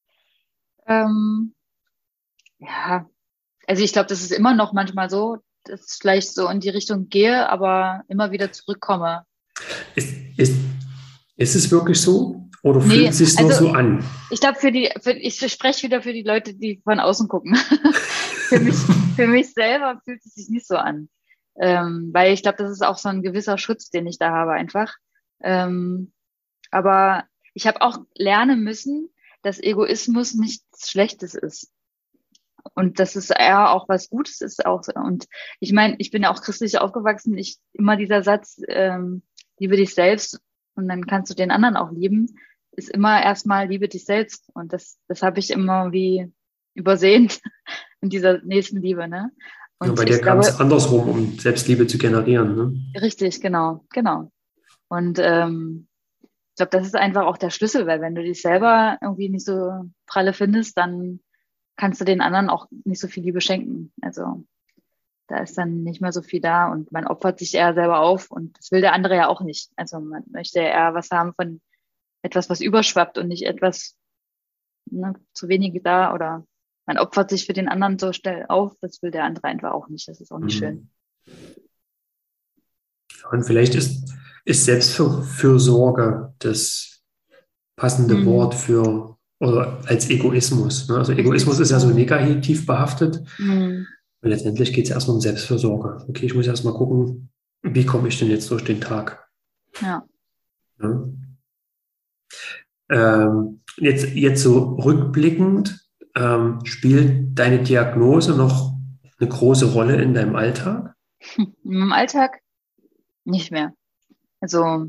Ja, also ich glaube, das ist immer noch manchmal so, dass ich vielleicht so in die Richtung gehe, aber immer wieder zurückkomme. Ist, ist, ist es wirklich so? Oder Nee, fühlt es sich nur also so an? ich glaube, ich spreche wieder für die Leute, die von außen gucken. Für mich selber fühlt es sich nicht so an. Weil ich glaube, das ist auch so ein gewisser Schutz, den ich da habe einfach. Ähm, aber ich habe auch lernen müssen, dass Egoismus nichts Schlechtes ist. Und dass es eher auch was Gutes ist auch. Und ich meine, ich bin ja auch christlich aufgewachsen. Immer dieser Satz, liebe dich selbst und dann kannst du den anderen auch lieben, ist immer erstmal liebe dich selbst. Und das habe ich immer wie übersehen in dieser nächsten Liebe, ne? Ja, Und bei dir ich kam glaube, es andersrum, um Selbstliebe zu generieren. Ne? richtig, genau, genau. Und ich glaube, das ist einfach auch der Schlüssel, weil wenn du dich selber irgendwie nicht so pralle findest, dann kannst du den anderen auch nicht so viel Liebe schenken. Also da ist dann nicht mehr so viel da und man opfert sich eher selber auf und das will der andere ja auch nicht. Also man möchte eher was haben von etwas, was überschwappt und nicht etwas, ne, zu wenig da oder man opfert sich für den anderen so schnell auf. Das will der andere einfach auch nicht. Das ist auch nicht schön. Mhm. Und vielleicht ist Selbstfürsorge das passende Wort Mhm. für oder als Egoismus. Ne? Also Egoismus Richtig, ist ja so ja. negativ behaftet. Mhm. Und letztendlich geht es erstmal um Selbstfürsorge. Okay, ich muss erstmal gucken, wie komme ich denn jetzt durch den Tag? Ja. Ne? Jetzt so rückblickend, spielt deine Diagnose noch eine große Rolle in deinem Alltag? Im Alltag nicht mehr. Also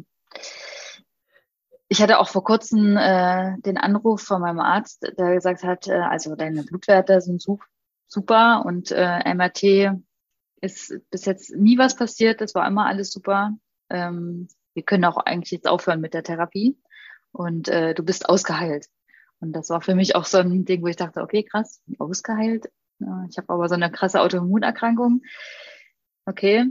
ich hatte auch vor kurzem den Anruf von meinem Arzt, der gesagt hat, also deine Blutwerte sind super und MRT ist bis jetzt nie was passiert, das war immer alles super. Wir können auch eigentlich jetzt aufhören mit der Therapie und du bist ausgeheilt. Und das war für mich auch so ein Ding, wo ich dachte, okay, krass, ausgeheilt. Ja, ich habe aber so eine krasse Autoimmunerkrankung. Okay,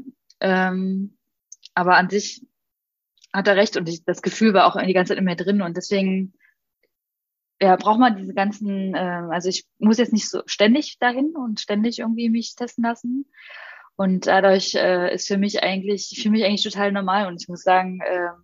aber an sich hat er recht und das Gefühl war auch die ganze Zeit in mir drin und deswegen ja, braucht man diese ganzen, also ich muss jetzt nicht so ständig dahin und ständig irgendwie mich testen lassen. Und dadurch ist für mich eigentlich, ich fühle mich eigentlich total normal. Und ich muss sagen,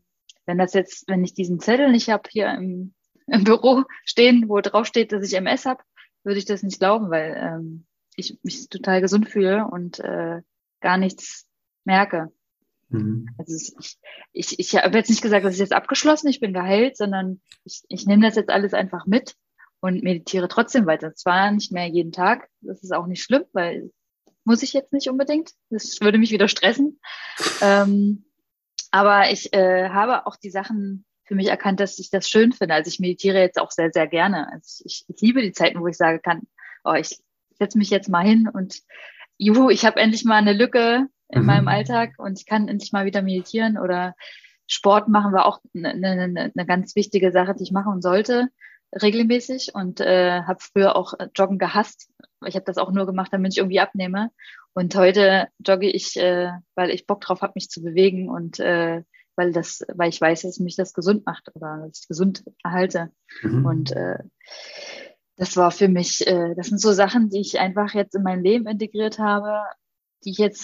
wenn ich diesen Zettel nicht habe hier im Büro stehen, wo drauf steht, dass ich MS habe, würde ich das nicht glauben, weil ich mich total gesund fühle und gar nichts merke. Mhm. Also ich habe jetzt nicht gesagt, das ist jetzt abgeschlossen, ich bin geheilt, sondern ich nehme das jetzt alles einfach mit und meditiere trotzdem weiter. Zwar nicht mehr jeden Tag, das ist auch nicht schlimm, weil muss ich jetzt nicht unbedingt. Das würde mich wieder stressen. Ähm, aber ich habe auch die Sachen für mich erkannt, dass ich das schön finde. Also ich meditiere jetzt auch sehr, sehr gerne. Also ich liebe die Zeiten, wo ich sagen kann, oh, ich setze mich jetzt mal hin und juhu, ich habe endlich mal eine Lücke in meinem Mhm. Alltag und ich kann endlich mal wieder meditieren oder Sport machen war auch eine ganz wichtige Sache, die ich machen sollte regelmäßig und habe früher auch Joggen gehasst. Ich habe das auch nur gemacht, damit ich irgendwie abnehme. Und heute jogge ich, weil ich Bock drauf habe, mich zu bewegen und weil ich weiß, dass mich das gesund macht oder dass ich gesund erhalte. Und Mhm. das war für mich, das sind so Sachen, die ich einfach jetzt in mein Leben integriert habe, die ich jetzt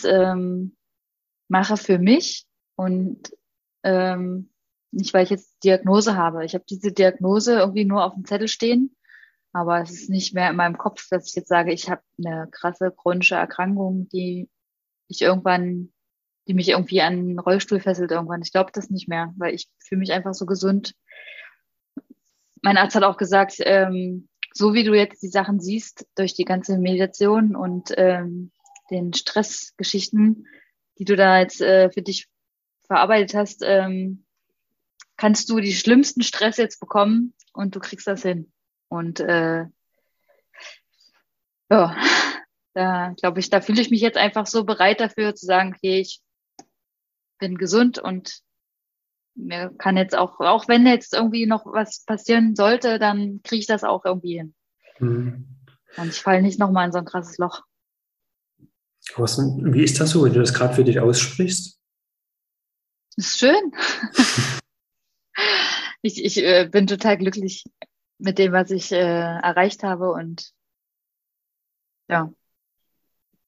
mache für mich und nicht, weil ich jetzt Diagnose habe. Ich habe diese Diagnose irgendwie nur auf dem Zettel stehen, aber es ist nicht mehr in meinem Kopf, dass ich jetzt sage, ich habe eine krasse chronische Erkrankung, ich irgendwann, die mich irgendwie an einen Rollstuhl fesselt irgendwann. Ich glaube das nicht mehr, weil ich fühle mich einfach so gesund. Mein Arzt hat auch gesagt, so wie du jetzt die Sachen siehst, durch die ganze Meditation und den Stressgeschichten, die du da jetzt für dich verarbeitet hast, kannst du die schlimmsten Stress jetzt bekommen und du kriegst das hin. Und ja, da glaube ich, da fühle ich mich jetzt einfach so bereit dafür zu sagen, okay, ich bin gesund und mir kann jetzt auch wenn jetzt irgendwie noch was passieren sollte, dann kriege ich das auch irgendwie hin. Mhm. Und ich falle nicht nochmal in so ein krasses Loch. Wie ist das so, wenn du das gerade für dich aussprichst? Das ist schön. Ich bin total glücklich mit dem, was ich erreicht habe und ja.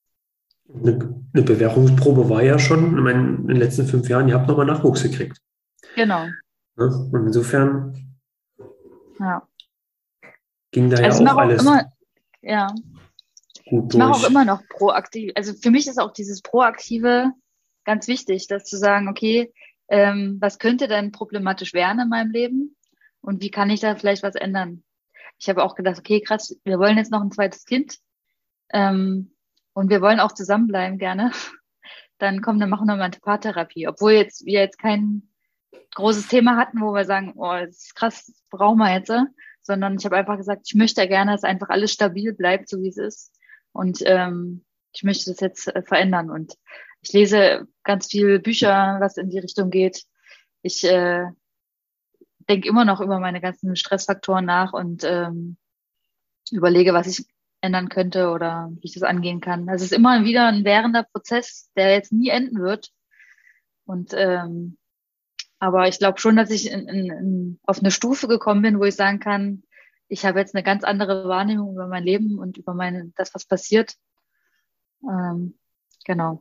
Eine Bewährungsprobe war ja schon, ich meine, in den letzten 5 Jahren, ihr habt nochmal Nachwuchs gekriegt. Genau. Ne? Und insofern Ja. ging da ja Also ich auch mache auch alles immer, ja, gut ich mache auch durch. immer noch proaktiv. Also für mich ist auch dieses Proaktive ganz wichtig, das zu sagen, okay, was könnte denn problematisch werden in meinem Leben und wie kann ich da vielleicht was ändern? Ich habe auch gedacht, okay, krass, wir wollen jetzt noch ein zweites Kind, ähm, und wir wollen auch zusammenbleiben gerne. Dann komm, dann machen wir mal eine Paartherapie. Obwohl wir jetzt kein großes Thema hatten, wo wir sagen, oh, das ist krass, das brauchen wir jetzt, sondern ich habe einfach gesagt, ich möchte gerne, dass einfach alles stabil bleibt, so wie es ist. Und ich möchte das jetzt verändern. Und ich lese ganz viele Bücher, was in die Richtung geht. Ich denke immer noch über meine ganzen Stressfaktoren nach und überlege, was ich ändern könnte oder wie ich das angehen kann. Also es ist immer wieder ein währender Prozess, der jetzt nie enden wird. Und aber ich glaube schon, dass ich auf eine Stufe gekommen bin, wo ich sagen kann, ich habe jetzt eine ganz andere Wahrnehmung über mein Leben und über das, was passiert. Ähm, genau.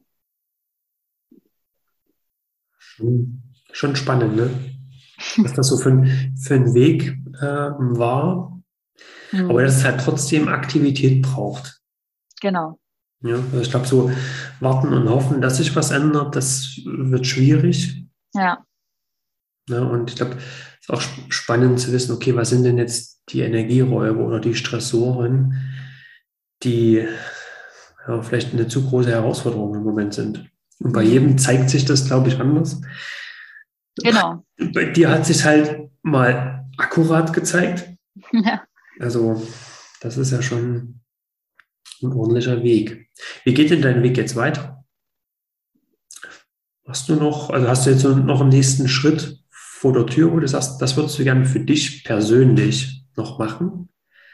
Schon spannend, ne? Was das so für ein Weg war. Aber Hm, dass es halt trotzdem Aktivität braucht. genau. Ja, also ich glaube, so warten und hoffen, dass sich was ändert, das wird schwierig. Ja. Ne? Und ich glaube, es ist auch spannend zu wissen, okay, was sind denn jetzt die Energieräuber oder die Stressoren, die ja, vielleicht eine zu große Herausforderung im Moment sind. Und bei Hm, jedem zeigt sich das, glaube ich, anders. genau. Bei dir hat sich halt mal akkurat gezeigt. Ja. Also, das ist ja schon ein ordentlicher Weg. Wie geht denn dein Weg jetzt weiter? Hast du noch, also hast du jetzt so noch einen nächsten Schritt vor der Tür, wo du sagst, das würdest du gerne für dich persönlich noch machen?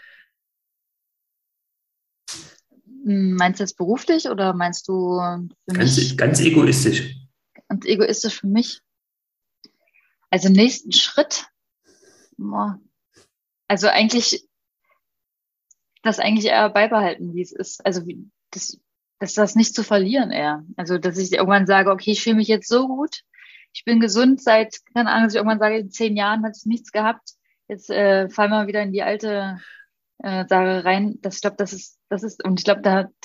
Meinst du jetzt beruflich oder meinst du für mich Ganz egoistisch. und egoistisch für mich? Also nächsten Schritt, boah, also eigentlich das eigentlich eher beibehalten, wie es ist. Also das nicht zu verlieren eher. Also dass ich irgendwann sage, okay, ich fühle mich jetzt so gut, ich bin gesund seit, keine Ahnung, dass ich irgendwann sage, in 10 Jahren hatte ich nichts gehabt. Jetzt fallen wir wieder in die alte Sache rein. Ich glaube, und ich glaube,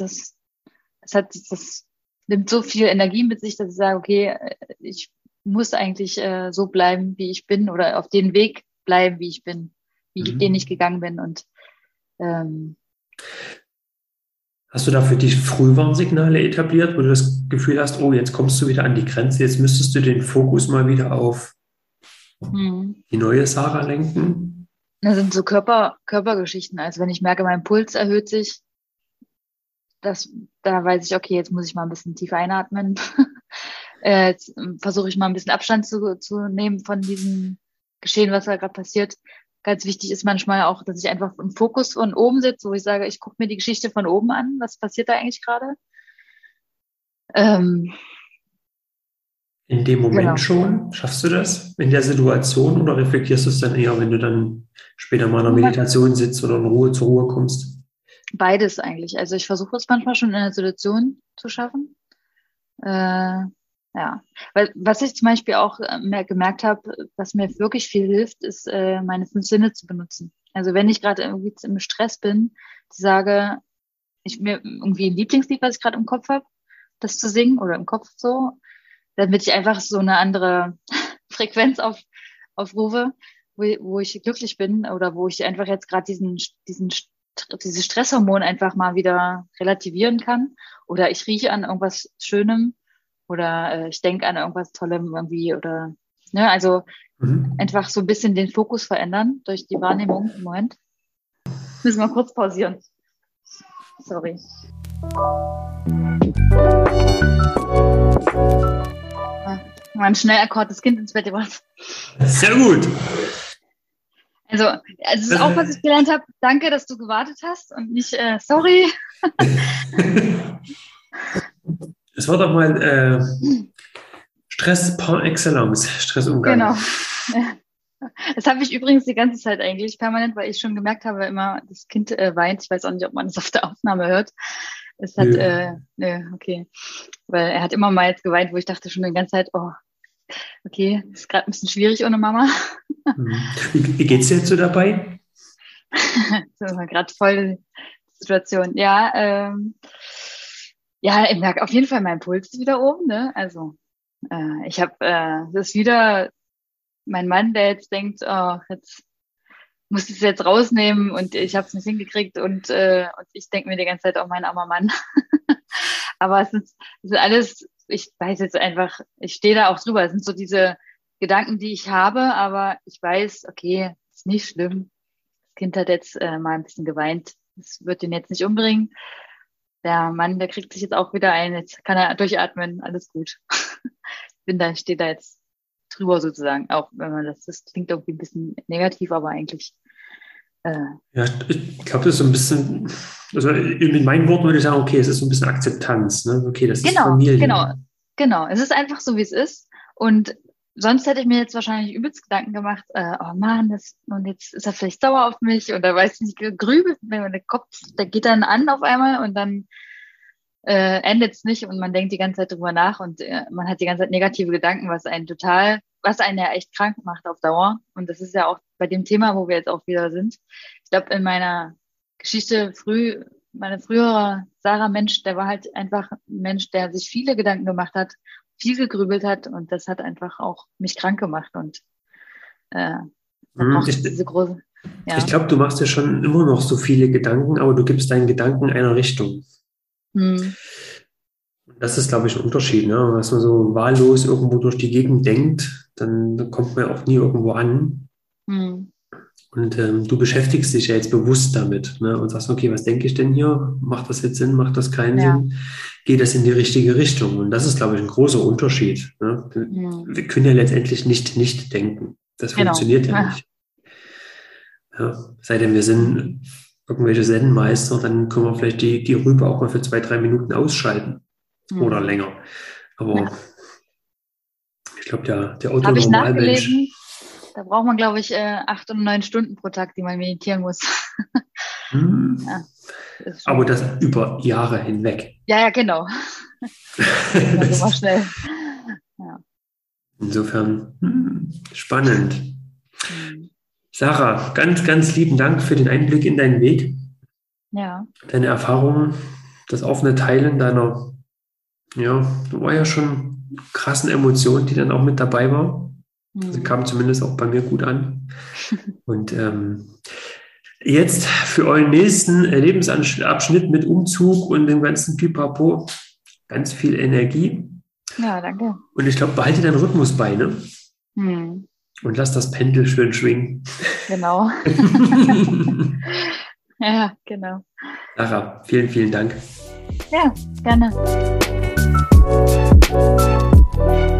das nimmt so viel Energie mit sich, dass ich sage, okay, ich muss eigentlich so bleiben, wie ich bin, oder auf den Weg bleiben, wie ich bin, den ich Mhm. gegangen bin. Und ähm, Hast du da für dich Frühwarnsignale etabliert, wo du das Gefühl hast, oh, jetzt kommst du wieder an die Grenze, jetzt müsstest du den Fokus mal wieder auf hm. die neue Sarah lenken? Das sind so Körpergeschichten. Also wenn ich merke, mein Puls erhöht sich, da weiß ich, okay, jetzt muss ich mal ein bisschen tiefer einatmen. Jetzt versuche ich mal ein bisschen Abstand zu nehmen von diesem Geschehen, was da gerade passiert. Ganz wichtig ist manchmal auch, dass ich einfach im Fokus von oben sitze, wo ich sage, ich gucke mir die Geschichte von oben an. Was passiert da eigentlich gerade? Ähm, In dem Moment genau. schon? Schaffst du das in der Situation oder reflektierst du es dann eher, wenn du dann später mal in einer Meditation sitzt oder in Ruhe zur Ruhe kommst? Beides eigentlich. Also ich versuche es manchmal schon in einer Situation zu schaffen. Äh, ja, weil was ich zum Beispiel auch mehr gemerkt habe, was mir wirklich viel hilft, ist meine 5 Sinne zu benutzen. Also wenn ich gerade irgendwie im Stress bin, sage ich mir irgendwie ein Lieblingslied, was ich gerade im Kopf habe, das zu singen oder im Kopf so, damit ich einfach so eine andere Frequenz aufrufe, wo ich glücklich bin oder wo ich einfach jetzt gerade dieses Stresshormon einfach mal wieder relativieren kann. Oder ich rieche an irgendwas Schönem oder ich denke an irgendwas Tollem irgendwie oder ne, also Mhm. einfach so ein bisschen den Fokus verändern durch die Wahrnehmung im Moment. Müssen wir kurz pausieren. Sorry. Ja, mal ein Schnellakkord, das Kind ins Bett gebracht. Sehr gut. Also es ist auch, was ich gelernt habe. Danke, dass du gewartet hast und nicht, sorry. Es war doch mal Stress par excellence, Stressumgang. Genau. Ja. Das habe ich übrigens die ganze Zeit eigentlich permanent, weil ich schon gemerkt habe, immer das Kind weint. Ich weiß auch nicht, ob man das auf der Aufnahme hört. Es hat, Nö. nö, okay. Weil er hat immer mal jetzt geweint, wo ich dachte schon die ganze Zeit, oh. okay, ist gerade ein bisschen schwierig ohne Mama. Wie geht's dir jetzt so dabei? Das ist gerade voll die Situation. Ja, ja, ich merke auf jeden Fall, mein Puls ist wieder oben, ne? Also, ich habe, das ist wieder mein Mann, der jetzt denkt, oh, jetzt muss ich es jetzt rausnehmen und ich habe es nicht hingekriegt und ich denke mir die ganze Zeit, oh, mein armer Mann. Aber es ist alles, ich weiß jetzt einfach, ich stehe da auch drüber. Es sind so diese Gedanken, die ich habe, aber ich weiß, okay, ist nicht schlimm. Das Kind hat jetzt mal ein bisschen geweint. Das wird ihn jetzt nicht umbringen. Der Mann, der kriegt sich jetzt auch wieder ein. Jetzt kann er durchatmen. Alles gut. Ich stehe da jetzt drüber sozusagen. Auch wenn man das klingt irgendwie ein bisschen negativ, aber eigentlich. Ja, ich glaube, das ist so ein bisschen, also in meinen Worten würde ich sagen, okay, es ist so ein bisschen Akzeptanz, ne? Okay, das ist Familie. Genau. Es ist einfach so, wie es ist. Und sonst hätte ich mir jetzt wahrscheinlich übelst Gedanken gemacht, oh Mann, und jetzt ist er vielleicht sauer auf mich oder weiß nicht, grübelt, wenn der Kopf, der geht dann an auf einmal und dann endet es nicht und man denkt die ganze Zeit drüber nach und man hat die ganze Zeit negative Gedanken, was einen ja echt krank macht auf Dauer. Und das ist ja auch bei dem Thema, wo wir jetzt auch wieder sind. Ich glaube, in meiner Geschichte meine frühere Sarah Mensch, der war halt einfach ein Mensch, der sich viele Gedanken gemacht hat, viel gegrübelt hat und das hat einfach auch mich krank gemacht und diese große. Ja. Ich glaube, du machst dir schon immer noch so viele Gedanken, aber du gibst deinen Gedanken einer Richtung. Das ist, glaube ich, ein Unterschied, ne? Dass man so wahllos irgendwo durch die Gegend denkt, dann kommt man auch nie irgendwo an. Und du beschäftigst dich ja jetzt bewusst damit, ne? Und sagst, okay, was denke ich denn hier? Macht das jetzt Sinn? Macht das keinen Sinn? Geht das in die richtige Richtung? Und das ist, glaube ich, ein großer Unterschied. Ne? Wir können ja letztendlich nicht denken. Das funktioniert ja nicht. Ja, sei denn, wir sind irgendwelche Zen-Meister, dann können wir vielleicht die Rübe auch mal für 2-3 Minuten ausschalten oder länger. Aber ich glaube, der Otto-Normalmensch. Da braucht man, glaube ich, 8 und 9 Stunden pro Tag, die man meditieren muss. Ja, aber das über Jahre hinweg. Ja, genau. Das ist immer schnell. Ja. Insofern spannend. Sarah, ganz, ganz lieben Dank für den Einblick in deinen Weg. Ja. Deine Erfahrungen, das offene Teilen deiner, war ja schon krassen Emotionen, die dann auch mit dabei war. Sie kam zumindest auch bei mir gut an. Und jetzt für euren nächsten Lebensabschnitt mit Umzug und dem ganzen Pipapo ganz viel Energie. Ja, danke. Und ich glaube, behalte deinen Rhythmus bei, ne? Und lass das Pendel schön schwingen. Genau. Ja, genau. Sarah, vielen, vielen Dank. Ja, gerne.